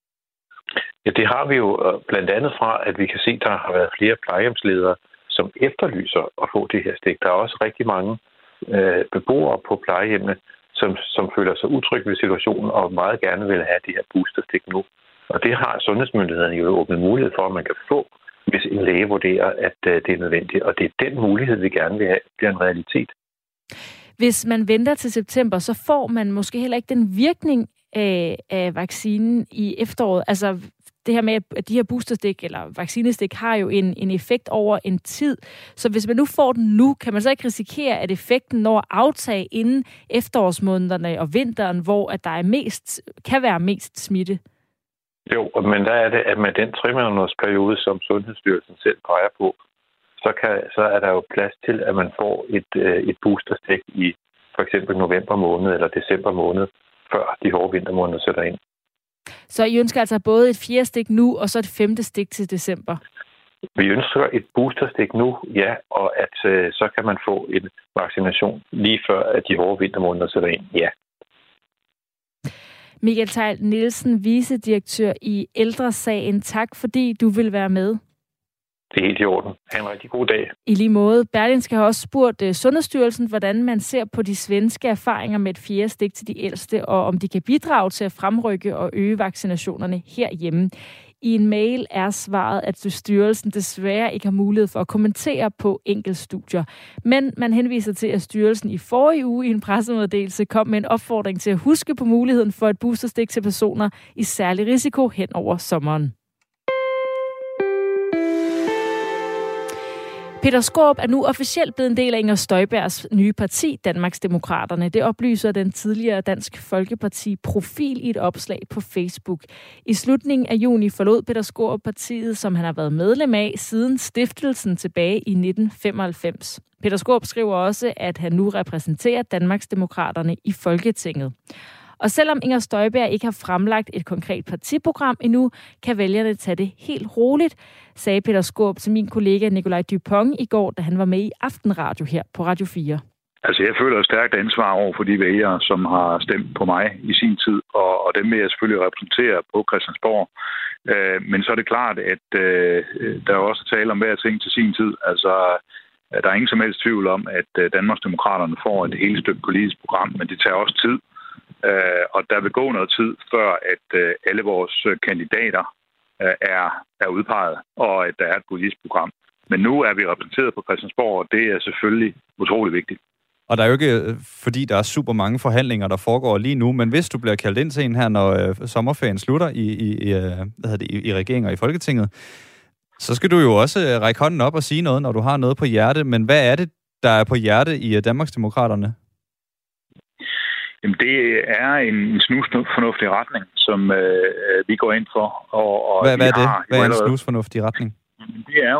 Ja, det har vi jo blandt andet fra, at vi kan se, at der har været flere plejehjemsledere, som efterlyser at få det her stik. Der er også rigtig mange beboere på plejehjemmene, som føler sig utrygge ved situationen og meget gerne vil have det her boosterstik nu. Og det har sundhedsmyndighederne jo åbnet mulighed for, at man kan få, hvis en læge vurderer, at det er nødvendigt. Og det er den mulighed, vi gerne vil have, bliver en realitet.
Hvis man venter til september, så får man måske heller ikke den virkning af vaccinen i efteråret. Altså, det her med, at de her boosterstik eller vaccinestik har jo en effekt over en tid. Så hvis man nu får den nu, kan man så ikke risikere, at effekten når at aftage inden efterårsmånederne og vinteren, hvor at der kan være mest smitte?
Jo, men der er det, at med den 3-månedersperiode, som Sundhedsstyrelsen selv peger på, så er der jo plads til, at man får et boosterstik i for eksempel november måned eller december måned, før de hårde vintermåneder sætter ind.
Så I ønsker altså både et 4. stik nu, og så et 5. stik til december?
Vi ønsker et boosterstik nu, ja, og at så kan man få en vaccination lige før, at de hårde vintermåneder sætter ind, ja.
Michael Theil Nielsen, vicedirektør i Ældresagen. Tak, fordi du vil være med.
Det er helt i orden. Ha' en rigtig god dag.
I lige måde. Berlingske har også spurgt Sundhedsstyrelsen, hvordan man ser på de svenske erfaringer med et 4. stik til de ældste, og om de kan bidrage til at fremrykke og øge vaccinationerne herhjemme. I en mail er svaret, at styrelsen desværre ikke har mulighed for at kommentere på enkeltstudier. Men man henviser til, at styrelsen i forrige uge i en pressemeddelelse kom med en opfordring til at huske på muligheden for et boosterstik til personer i særlig risiko hen over sommeren. Peter Skaarup er nu officielt blevet en del af Inger Støjbergs nye parti, Danmarksdemokraterne. Det oplyser den tidligere Dansk Folkeparti-profil i et opslag på Facebook. I slutningen af juni forlod Peter Skaarup partiet, som han har været medlem af siden stiftelsen tilbage i 1995. Peter Skaarup skriver også, at han nu repræsenterer Danmarksdemokraterne i Folketinget. Og selvom Inger Støjberg ikke har fremlagt et konkret partiprogram endnu, kan vælgerne tage det helt roligt, sagde Peter Skaarup til min kollega Nikolaj Dupont i går, da han var med i Aftenradio her på Radio 4.
Altså, jeg føler et stærkt ansvar over for de vælgere, som har stemt på mig i sin tid, og dem vil jeg selvfølgelig repræsentere på Christiansborg. Men så er det klart, at der er også tale om hver ting til sin tid. Altså, der er ingen som helst tvivl om, at Danmarksdemokraterne får et helt stykke politisk program, men det tager også tid. Og der vil gå noget tid, før at alle vores kandidater er udpeget, og at der er et politisk program. Men nu er vi repræsenteret på Christiansborg, og det er selvfølgelig utrolig vigtigt.
Og der er jo ikke, fordi der er super mange forhandlinger, der foregår lige nu, men hvis du bliver kaldt ind til en her, når sommerferien slutter i regeringen og i Folketinget, så skal du jo også række hånden op og sige noget, når du har noget på hjerte. Men hvad er det, der er på hjerte i Danmarksdemokraterne?
Jamen, det er en snusfornuftig retning, som vi går ind for. Og
hvad er det? Hvad er en snusfornuftig retning?
Det er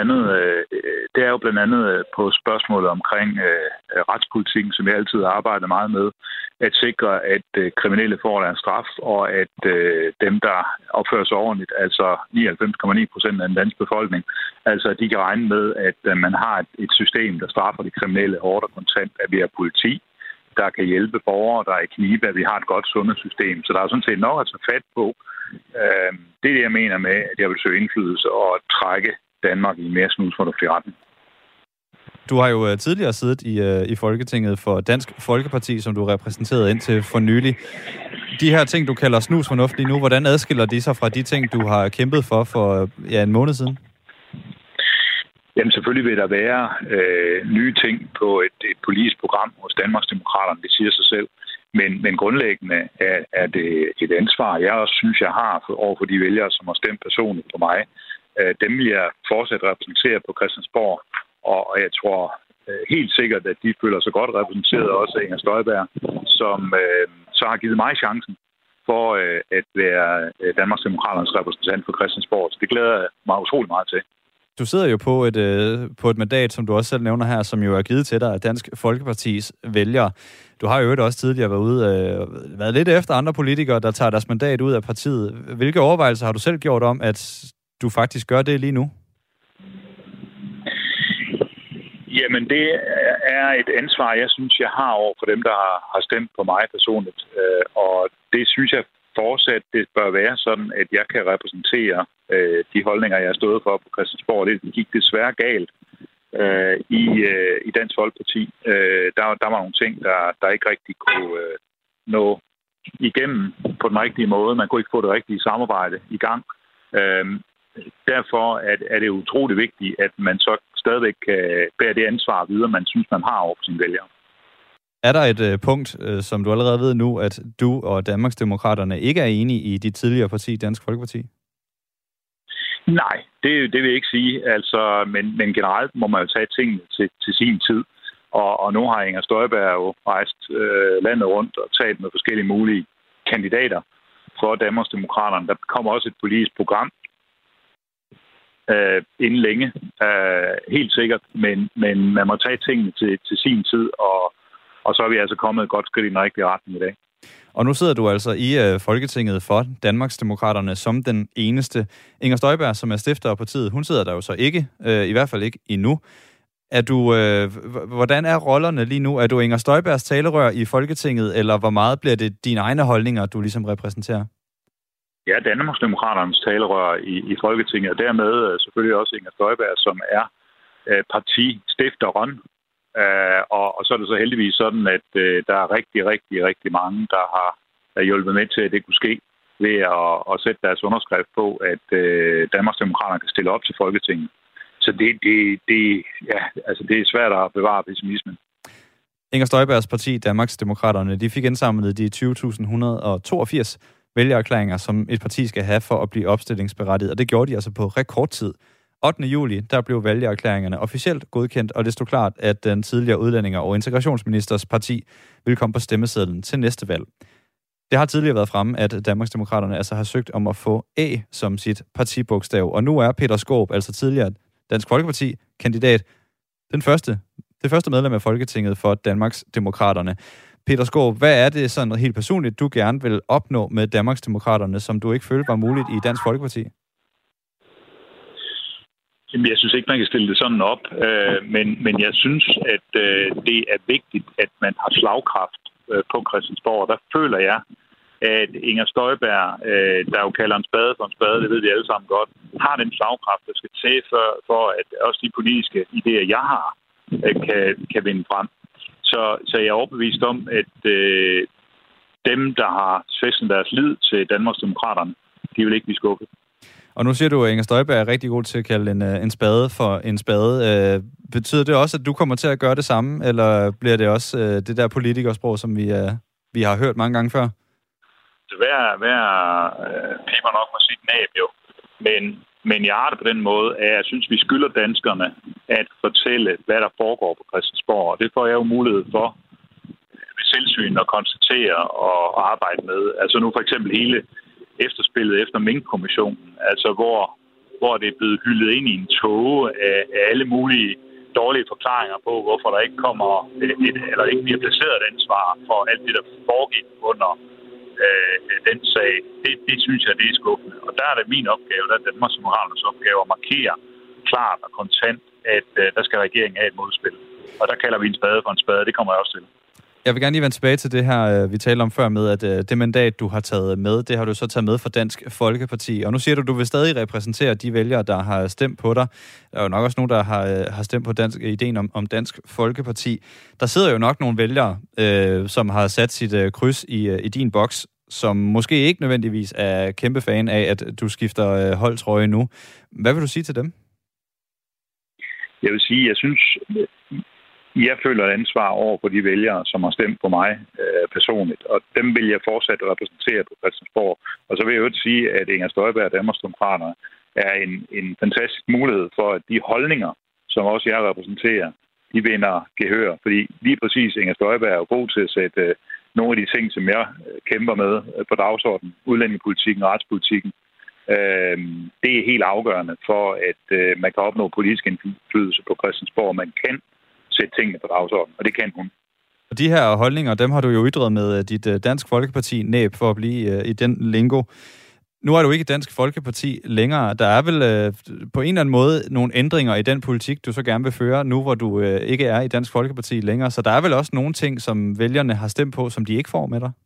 jo blandt andet på spørgsmålet omkring retspolitikken, som vi altid arbejder meget med, at sikre, at kriminelle får deres straf, og at dem, der opfører sig ordentligt, altså 99,9% af den danske befolkning, altså de kan regne med, at man har et system, der straffer de kriminelle hårdt og kontant, at vi har politi, der kan hjælpe borgere, der er i knibe, at vi har et godt sundhedssystem. Så der er sådan set nok at tage fat på. Det er det, jeg mener med, at jeg vil søge indflydelse og trække Danmark i en mere snusfornuftig retning.
Du har jo tidligere siddet i Folketinget for Dansk Folkeparti, som du repræsenterede indtil for nylig. De her ting, du kalder snusfornuft lige nu, hvordan adskiller de sig fra de ting, du har kæmpet for en måned siden?
Jamen selvfølgelig vil der være nye ting på et politisk program hos Danmarksdemokraterne, det siger sig selv. Men grundlæggende er det et ansvar, jeg også synes, jeg har over for de vælgere, som har stemt personligt på mig. Dem vil jeg fortsat repræsentere på Christiansborg, og jeg tror helt sikkert, at de føler sig godt repræsenteret også af Inger Støjberg, som så har givet mig chancen for at være Danmarksdemokraternes repræsentant for Christiansborg. Så det glæder jeg mig utrolig meget til.
Du sidder jo på et mandat, som du også selv nævner her, som jo er givet til dig af Dansk Folkepartis vælgere. Du har jo også tidligere været lidt efter andre politikere, der tager deres mandat ud af partiet. Hvilke overvejelser har du selv gjort om, at du faktisk gør det lige nu?
Jamen, det er et ansvar, jeg synes, jeg har over for dem, der har stemt på mig personligt. Og det synes jeg fortsat, det bør være sådan, at jeg kan repræsentere de holdninger, jeg har stået for på Christiansborg. Det gik desværre galt i Dansk Folkeparti. Der var nogle ting, der ikke rigtig kunne nå igennem på den rigtige måde. Man kunne ikke få det rigtige samarbejde i gang. Derfor er det utroligt vigtigt, at man så stadigvæk kan bære det ansvar videre, man synes, man har over for sine vælgere.
Er der et punkt, som du allerede ved nu, at du og Danmarksdemokraterne ikke er enige i dit tidligere parti, Dansk Folkeparti?
Nej, det vil jeg ikke sige. Altså, men generelt må man jo tage tingene til sin tid. Og nu har Inger Støjberg jo rejst landet rundt og talt med forskellige mulige kandidater for Danmarksdemokraterne. Der kommer også et politisk program inden længe, helt sikkert. Men man må tage tingene til sin tid, og så er vi altså kommet et godt skridt i den rigtige retning i dag.
Og nu sidder du altså i Folketinget for Danmarksdemokraterne som den eneste. Inger Støjberg, som er stifter af partiet, hun sidder der jo så ikke, i hvert fald ikke endnu. Hvordan er rollerne lige nu? Er du Inger Støjbergs talerør i Folketinget, eller hvor meget bliver det dine egne holdninger, du ligesom repræsenterer?
Ja, Danmarksdemokraternes talerør i Folketinget, og dermed selvfølgelig også Inger Støjberg, som er partistifteren. Og så er det så heldigvis sådan, at der er rigtig mange, der har hjulpet med til, at det kunne ske ved at sætte deres underskrift på, at Danmarksdemokraterne kan stille op til Folketinget. Så det er svært at bevare pessimismen.
Inger Støjbergs parti, Danmarksdemokraterne, de fik indsamlet de 20.182 vælgererklæringer, som et parti skal have for at blive opstillingsberettiget, og det gjorde de altså på rekordtid. 8. juli, der blev vælgererklæringerne officielt godkendt, og det stod klart, at den tidligere udlændinge- og integrationsministers parti vil komme på stemmesedlen til næste valg. Det har tidligere været fremme, at Danmarksdemokraterne altså har søgt om at få A som sit partibogstav, og nu er Peter Skaarup, altså tidligere Dansk Folkeparti, kandidat, det første medlem af Folketinget for Danmarksdemokraterne. Peter Skaarup, hvad er det sådan helt personligt, du gerne vil opnå med Danmarksdemokraterne, som du ikke følte var muligt i Dansk Folkeparti?
Jeg synes ikke, man kan stille det sådan op, men jeg synes, at det er vigtigt, at man har slagkraft på Christiansborg. Der føler jeg, at Inger Støjberg, der jo kalder en spade for en spade, det ved vi alle sammen godt, har den slagkraft, der skal til for at også de politiske idéer, jeg har, kan vinde frem. Så jeg er overbevist om, at dem, der har fæstet deres lid til Danmarksdemokraterne, de vil ikke blive skubbet.
Og nu siger du, at Inger Støjberg er rigtig god til at kalde en spade for en spade. Betyder det også, at du kommer til at gøre det samme, eller bliver det også det der politikersprog, som vi har hørt mange gange før?
Hver piber nok må sige næb jo. Men jeg har det på den måde, at jeg synes, vi skylder danskerne at fortælle, hvad der foregår på Christiansborg. Og det får jeg jo mulighed for ved selvsyn at konstatere og arbejde med. Altså nu for eksempel hele efterspillet efter Mink-kommissionen, altså hvor det er blevet hyldet ind i en tåge af alle mulige dårlige forklaringer på, hvorfor der ikke kommer eller ikke bliver placeret et ansvar for alt det, der foregik under den sag. Det synes jeg, det er skuffende. Og der er det min opgave, der er Danmarksdemokraternes opgave at markere klart og kontant, at der skal regeringen have et modspil. Og der kalder vi en spade for en spade. Det kommer jeg også til.
Jeg vil gerne lige vende tilbage til det her, vi talte om før med, at det mandat, du har taget med, det har du så taget med fra Dansk Folkeparti. Og nu siger du vil stadig repræsentere de vælgere, der har stemt på dig. Der er jo nok også nogen, der har stemt på ideen om Dansk Folkeparti. Der sidder jo nok nogle vælgere, som har sat sit kryds i din boks, som måske ikke nødvendigvis er kæmpe fan af, at du skifter holdtrøje nu. Hvad vil du sige til dem?
Jeg vil sige, jeg synes, jeg føler et ansvar over for de vælgere, som har stemt på mig personligt, og dem vil jeg fortsat repræsentere på Christiansborg. Og så vil jeg jo sige, at Inger Støjberg og Danmarksdemokraterne er en fantastisk mulighed for, at de holdninger, som også jeg repræsenterer, de vinder gehør. Fordi lige præcis Inger Støjberg er jo god til at sætte nogle af de ting, som jeg kæmper med på dagsordenen, udlændingepolitikken og retspolitikken. Det er helt afgørende for, at man kan opnå politisk indflydelse på Christiansborg. Man kan sætte tingene på dagsordenen, og det kan hun.
Og de her holdninger, dem har du jo ytret med dit Dansk Folkeparti næb for at blive i den lingo. Nu er du ikke Dansk Folkeparti længere. Der er vel på en eller anden måde nogle ændringer i den politik, du så gerne vil føre, nu hvor du ikke er i Dansk Folkeparti længere. Så der er vel også nogle ting, som vælgerne har stemt på, som de ikke får med dig?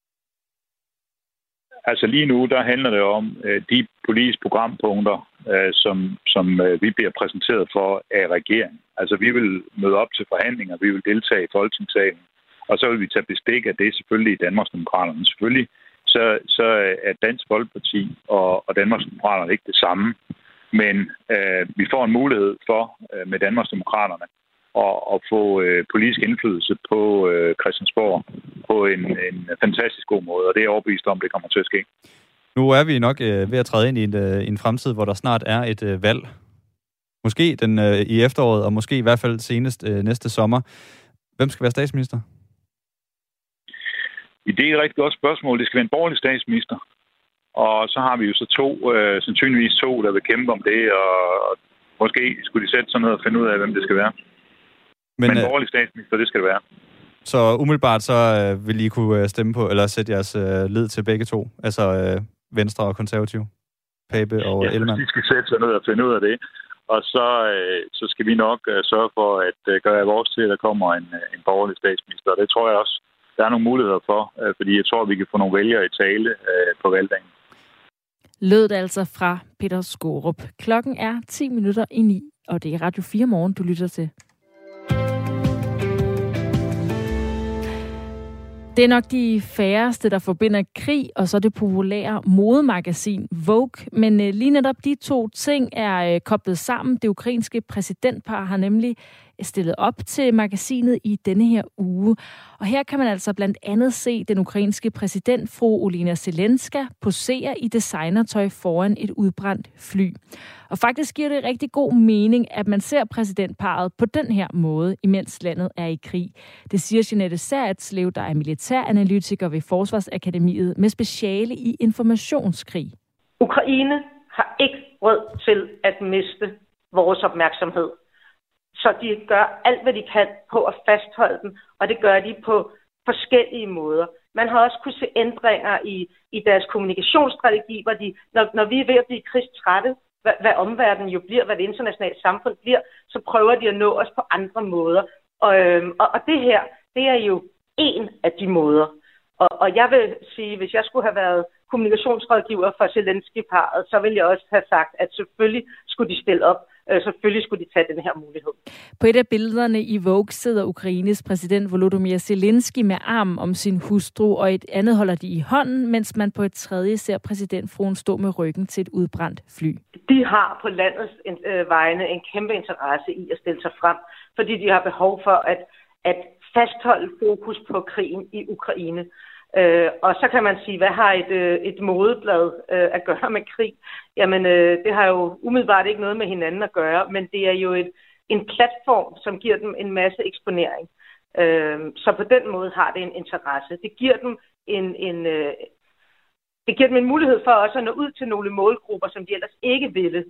Altså lige nu, der handler det om de politiske programpunkter, som vi bliver præsenteret for af regeringen. Altså vi vil møde op til forhandlinger, vi vil deltage i Folketingssalen, og så vil vi tage bestik af det selvfølgelig i Danmarksdemokraterne. Selvfølgelig så er Dansk Folkeparti og Danmarksdemokraterne ikke det samme, men vi får en mulighed for med Danmarksdemokraterne at få politisk indflydelse på Christiansborg på en fantastisk god måde, og det er overbevist om, det kommer til at ske.
Nu er vi nok ved at træde ind i en fremtid, hvor der snart er et valg. Måske i efteråret, og måske i hvert fald senest næste sommer. Hvem skal være statsminister?
Det er et rigtig godt spørgsmål. Det skal være en borgerlig statsminister. Og så har vi jo så sandsynligvis to, der vil kæmpe om det, og måske skulle de sætte sådan noget og finde ud af, hvem det skal være. Men borgerlig statsminister, det skal det være.
Så umiddelbart så vil I kunne stemme på, eller sætte jeres lid til begge to? Altså Venstre og Konservative? Pape og Ellemann?
Ja, de skal sætte sig ned og finde ud af det. Og så skal vi nok sørge for at gøre vores til, at der kommer en borgerlig statsminister. Og det tror jeg også, der er nogle muligheder for, fordi jeg tror, vi kan få nogle vælgere i tale på valgdagen.
Lød det altså fra Peter Skaarup. Klokken er 9:10, og det er Radio 4 Morgen, du lytter til. Det er nok de færreste, der forbinder krig og så det populære modemagasin Vogue. Men lige netop de to ting er koblet sammen. Det ukrainske præsidentpar har nemlig stillet op til magasinet i denne her uge. Og her kan man altså blandt andet se den ukrainske præsident, fru Olena Zelenska, posere i designertøj foran et udbrændt fly. Og faktisk giver det rigtig god mening, at man ser præsidentparret på den her måde, imens landet er i krig. Det siger Jeanette Særetslev, der er militæranalytiker ved Forsvarsakademiet med speciale i informationskrig.
Ukraine har ikke råd til at miste vores opmærksomhed. Så de gør alt, hvad de kan på at fastholde den, og det gør de på forskellige måder. Man har også kunnet se ændringer i deres kommunikationsstrategi, hvor de, når vi er ved at blive krigstrætte, hvad omverdenen jo bliver, hvad det internationale samfund bliver, så prøver de at nå os på andre måder. Og det her, det er jo en af de måder. Og jeg vil sige, hvis jeg skulle have været kommunikationsrådgiver for Zelensky-parret, så ville jeg også have sagt, at selvfølgelig skulle de stille op. Selvfølgelig skulle de tage den her mulighed.
På et af billederne i Vogue sidder Ukraines præsident Volodymyr Zelensky med armen om sin hustru, og et andet holder de i hånden, mens man på et tredje ser præsidentfruen stå med ryggen til et udbrændt fly.
De har på landets vegne en kæmpe interesse i at stille sig frem, fordi de har behov for at fastholde fokus på krigen i Ukraine. Og så kan man sige, hvad har et modeblad at gøre med krig? Jamen, det har jo umiddelbart ikke noget med hinanden at gøre, men det er jo en platform, som giver dem en masse eksponering. Så på den måde har det en interesse. Det giver dem en mulighed for også at nå ud til nogle målgrupper, som de ellers ikke ville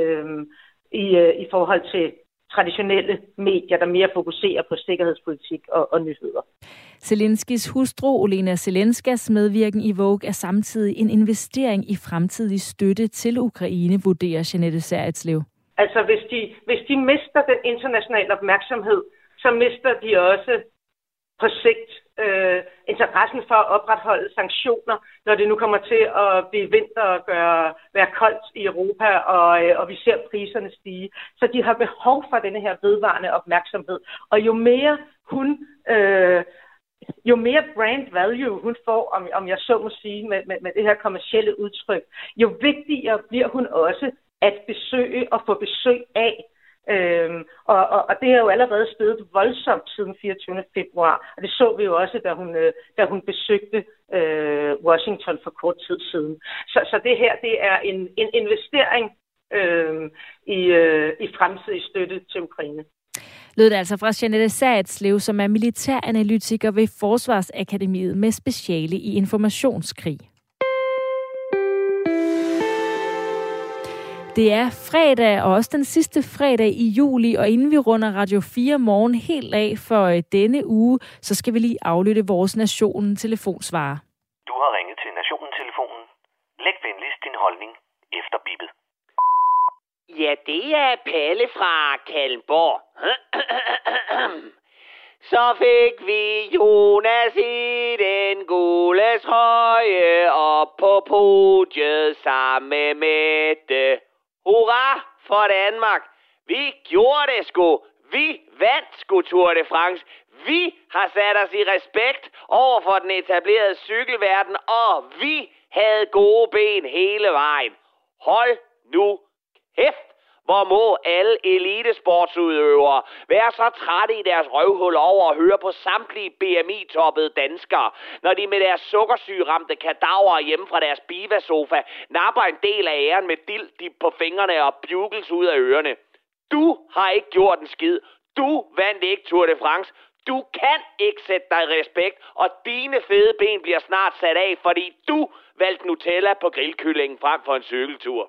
i forhold til traditionelle medier, der mere fokuserer på sikkerhedspolitik og nyheder.
Zelenskys hustru, Olena Zelenskas medvirken i Vogue er samtidig en investering i fremtidig støtte til Ukraine, vurderer Jeanette Særetslev.
Altså, hvis de mister den internationale opmærksomhed, så mister de også på sigt interessen for at opretholde sanktioner, når det nu kommer til at blive vinter og være koldt i Europa, og vi ser priserne stige. Så de har behov for denne her vedvarende opmærksomhed. Og jo mere brand value hun får, om jeg så må sige, med det her kommercielle udtryk, jo vigtigere bliver hun også at besøge og få besøg af. Og det er jo allerede steget voldsomt siden 24. februar, og det så vi jo også, da hun besøgte Washington for kort tid siden. Så det her, det er en investering i fremtidig støtte til Ukraine.
Lød det altså fra Jeanette Særetslev, som er militæranalytiker ved Forsvarsakademiet med speciale i informationskrig. Det er fredag, og også den sidste fredag i juli, og inden vi runder Radio 4 Morgen helt af for denne uge, så skal vi lige aflytte vores Nationen-telefonsvarer.
Du har ringet til Nationen-telefonen. Læg venligst din holdning efter bippet.
Ja, det er Palle fra Kalmborg. Så fik vi Jonas i den gule trøje op på podiet sammen med Mette. Hurra for Danmark! Vi gjorde det sgu! Vi vandt sgu Tour de France! Vi har sat os i respekt over for den etablerede cykelverden, og vi havde gode ben hele vejen. Hold nu kæft, Hvor må alle elitesportsudøvere være så trætte i deres røvhul over at høre på samtlige BMI-toppede danskere, når de med deres sukkersygeramte kadaver hjemme fra deres bivasofa napper en del af æren med dild på fingrene og bugles ud af ørerne. Du har ikke gjort en skid. Du vandt ikke Tour de France. Du kan ikke sætte dig i respekt, og dine fede ben bliver snart sat af, fordi du valgte Nutella på grillkyllingen frem for en cykeltur.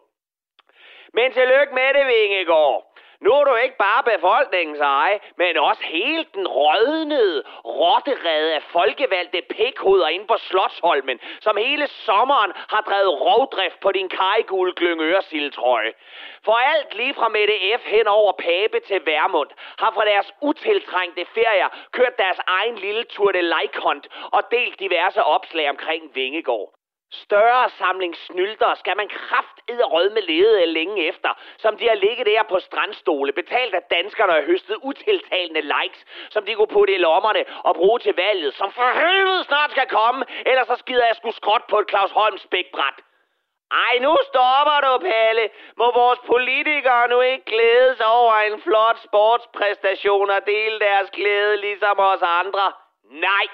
Men tillykke med det, Vingegaard. Nu er du ikke bare befolkningens eje, men også hele den rødnede rotterede af folkevalgte pikhoveder inde på Slotsholmen, som hele sommeren har drevet rovdrift på din kajgule Glyngøre-sildetrøje. For alt lige fra Mette F. hen over Pape til Vermund har fra deres utiltrængte ferier kørt deres egen lille Tour de Leikont og delt diverse opslag omkring Vingegaard. Større samling snylder skal man kraftedderrød med lede længe efter, som de har ligget der på strandstole, betalt af danskerne og høstet utiltalende likes, som de kunne putte i lommerne og bruge til valget, som for helvede snart skal komme, ellers så skider jeg sgu skråt på et Claus Holm spækbræt. Ej, nu stopper du, Palle. Må vores politikere nu ikke glædes over en flot sportspræstation og dele deres glæde ligesom os andre? Nej.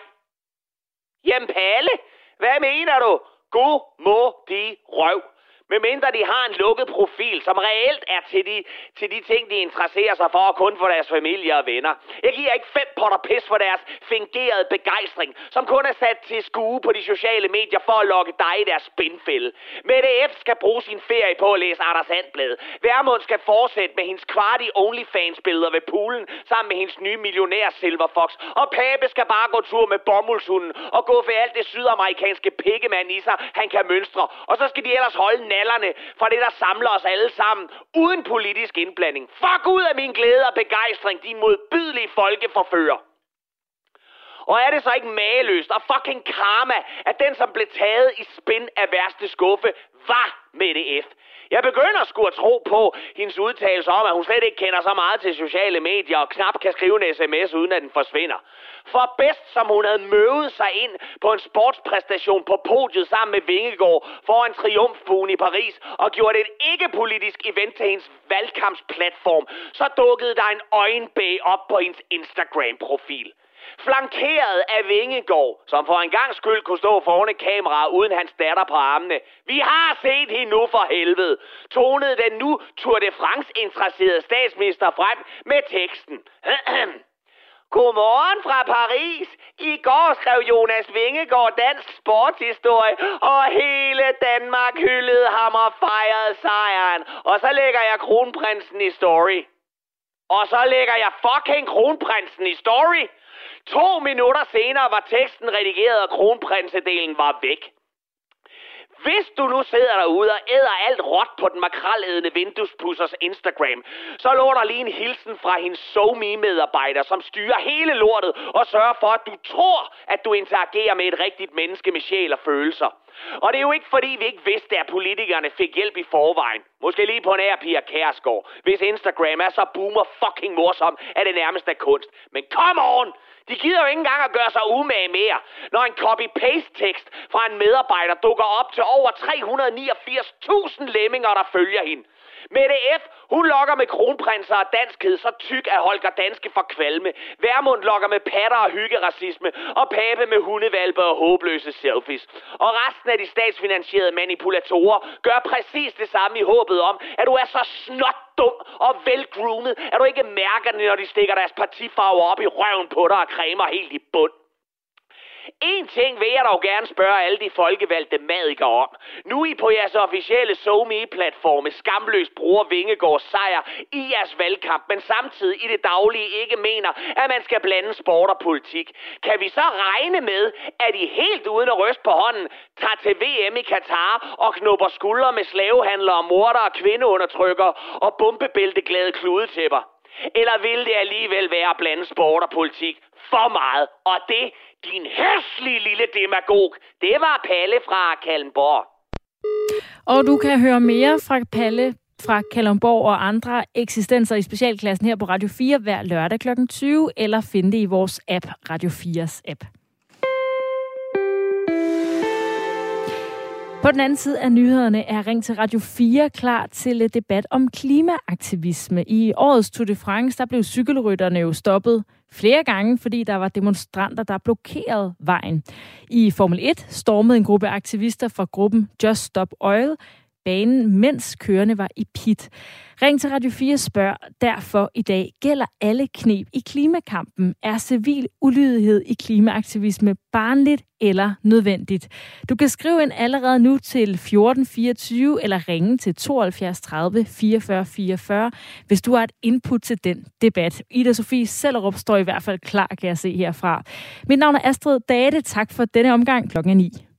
Jamen, Palle, hvad mener du? God må de røv. Medmindre de har en lukket profil, som reelt er til de ting, de interesserer sig for, og kun for deres familie og venner. Jeg giver ikke 5 potter pis for deres fingerede begejstring, som kun er sat til skue på de sociale medier for at lokke dig i deres spindfælde. Mette F. skal bruge sin ferie på at læse Anders Sandblad. Vermund skal fortsætte med hendes kvartige OnlyFans-billeder ved poolen, sammen med hendes nye millionær Silverfox. Og Pape skal bare gå tur med bomuldshunden og gå for alt det sydamerikanske pikkemand i sig, han kan mønstre. Og så skal de ellers holde nallerne fra det, der samler os alle sammen, uden politisk indblanding. Fuck ud af min glæde og begejstring, din modbydelige folkeforfører. Og er det så ikke mageløst og fucking karma, at den, som blev taget i spin af værste skuffe, var Mette F. Jeg begynder sgu at tro på hendes udtalelse om, at hun slet ikke kender så meget til sociale medier og knap kan skrive en sms, uden at den forsvinder. For bedst som hun havde møvet sig ind på en sportspræstation på podiet sammen med Vingegaard foran Triumfbuen i Paris og gjorde et ikke-politisk event til hendes valgkampsplatform, så dukkede der en øjenbæg op på hendes Instagram-profil. Flankeret af Vingegaard, som for en gang skyld kunne stå foran et kamera uden hans datter på armene. Vi har set hende nu for helvede, tonede den nu Tour de France-interesserede statsminister frem med teksten. Godmorgen fra Paris. I går skrev Jonas Vingegaard dansk sportshistorie, og hele Danmark hyldede ham og fejrede sejren. Og så lægger jeg kronprinsen i story. Og så lægger jeg fucking kronprinsen i story. 2 minutter senere var teksten redigeret, og kronprinsedelen var væk. Hvis du nu sidder derude og æder alt råt på den makrelædende vinduespussers Instagram, så lå der lige en hilsen fra hendes SoMe-medarbejder, som styrer hele lortet og sørger for, at du tror, at du interagerer med et rigtigt menneske med sjæl og følelser. Og det er jo ikke fordi, vi ikke vidste, at politikerne fik hjælp i forvejen. Måske lige på nær Pia Kjærsgaard, hvis Instagram er så boomer fucking morsom, at det nærmest er kunst. Men come on! De gider jo ikke engang at gøre sig umage mere, når en copy-paste-tekst fra en medarbejder dukker op til over 389.000 lemminger, der følger hende. Mette F., hun lokker med kronprinser og danskhed så tyk, at Holger Danske får kvalme. Vermund lokker med patter og hyggeracisme, og Pape med hundevalpe og håbløse selfies. Og resten af de statsfinansierede manipulatorer gør præcis det samme i håbet om, at du er så snotdum og velgroomet, at du ikke mærker det, når de stikker deres partifarver op i røven på dig og cremer helt i bund. En ting vil jeg dog gerne spørge alle de folkevalgte madikere om. Nu I på jeres officielle SoMe-platforme skamløst bruger Vingegaards sejr i jeres valgkamp, men samtidig i det daglige ikke mener, at man skal blande sport og politik. Kan vi så regne med, at I helt uden at ryste på hånden tager til VM i Katar og knupper skuldre med slavehandlere, mordere, kvindeundertrykkere og bombebælteglade kludetæpper? Eller vil det alligevel være at blande sport og politik for meget? Og det, din hæslige lille demagog, det var Palle fra Kalundborg.
Og du kan høre mere fra Palle fra Kalundborg og andre eksistenser i specialklassen her på Radio 4 hver lørdag kl. 20, eller finde det i vores app, Radio 4's app. På den anden side af nyhederne er Ring til Radio 4 klar til et debat om klimaaktivisme. I årets Tour de France, der blev cykelrytterne jo stoppet flere gange, fordi der var demonstranter, der blokerede vejen. I Formel 1 stormede en gruppe aktivister fra gruppen Just Stop Oil banen, mens kørerne var i pit. Ring til Radio 4 spørger derfor i dag, gælder alle kneb i klimakampen? Er civil ulydighed i klimaaktivisme barnligt eller nødvendigt? Du kan skrive ind allerede nu til 1424 eller ringe til 72 30 44 44, hvis du har et input til den debat. Ida Sofie Sellerup står i hvert fald klar, kan jeg se herfra. Mit navn er Astrid Date. Tak for denne omgang. 9:00.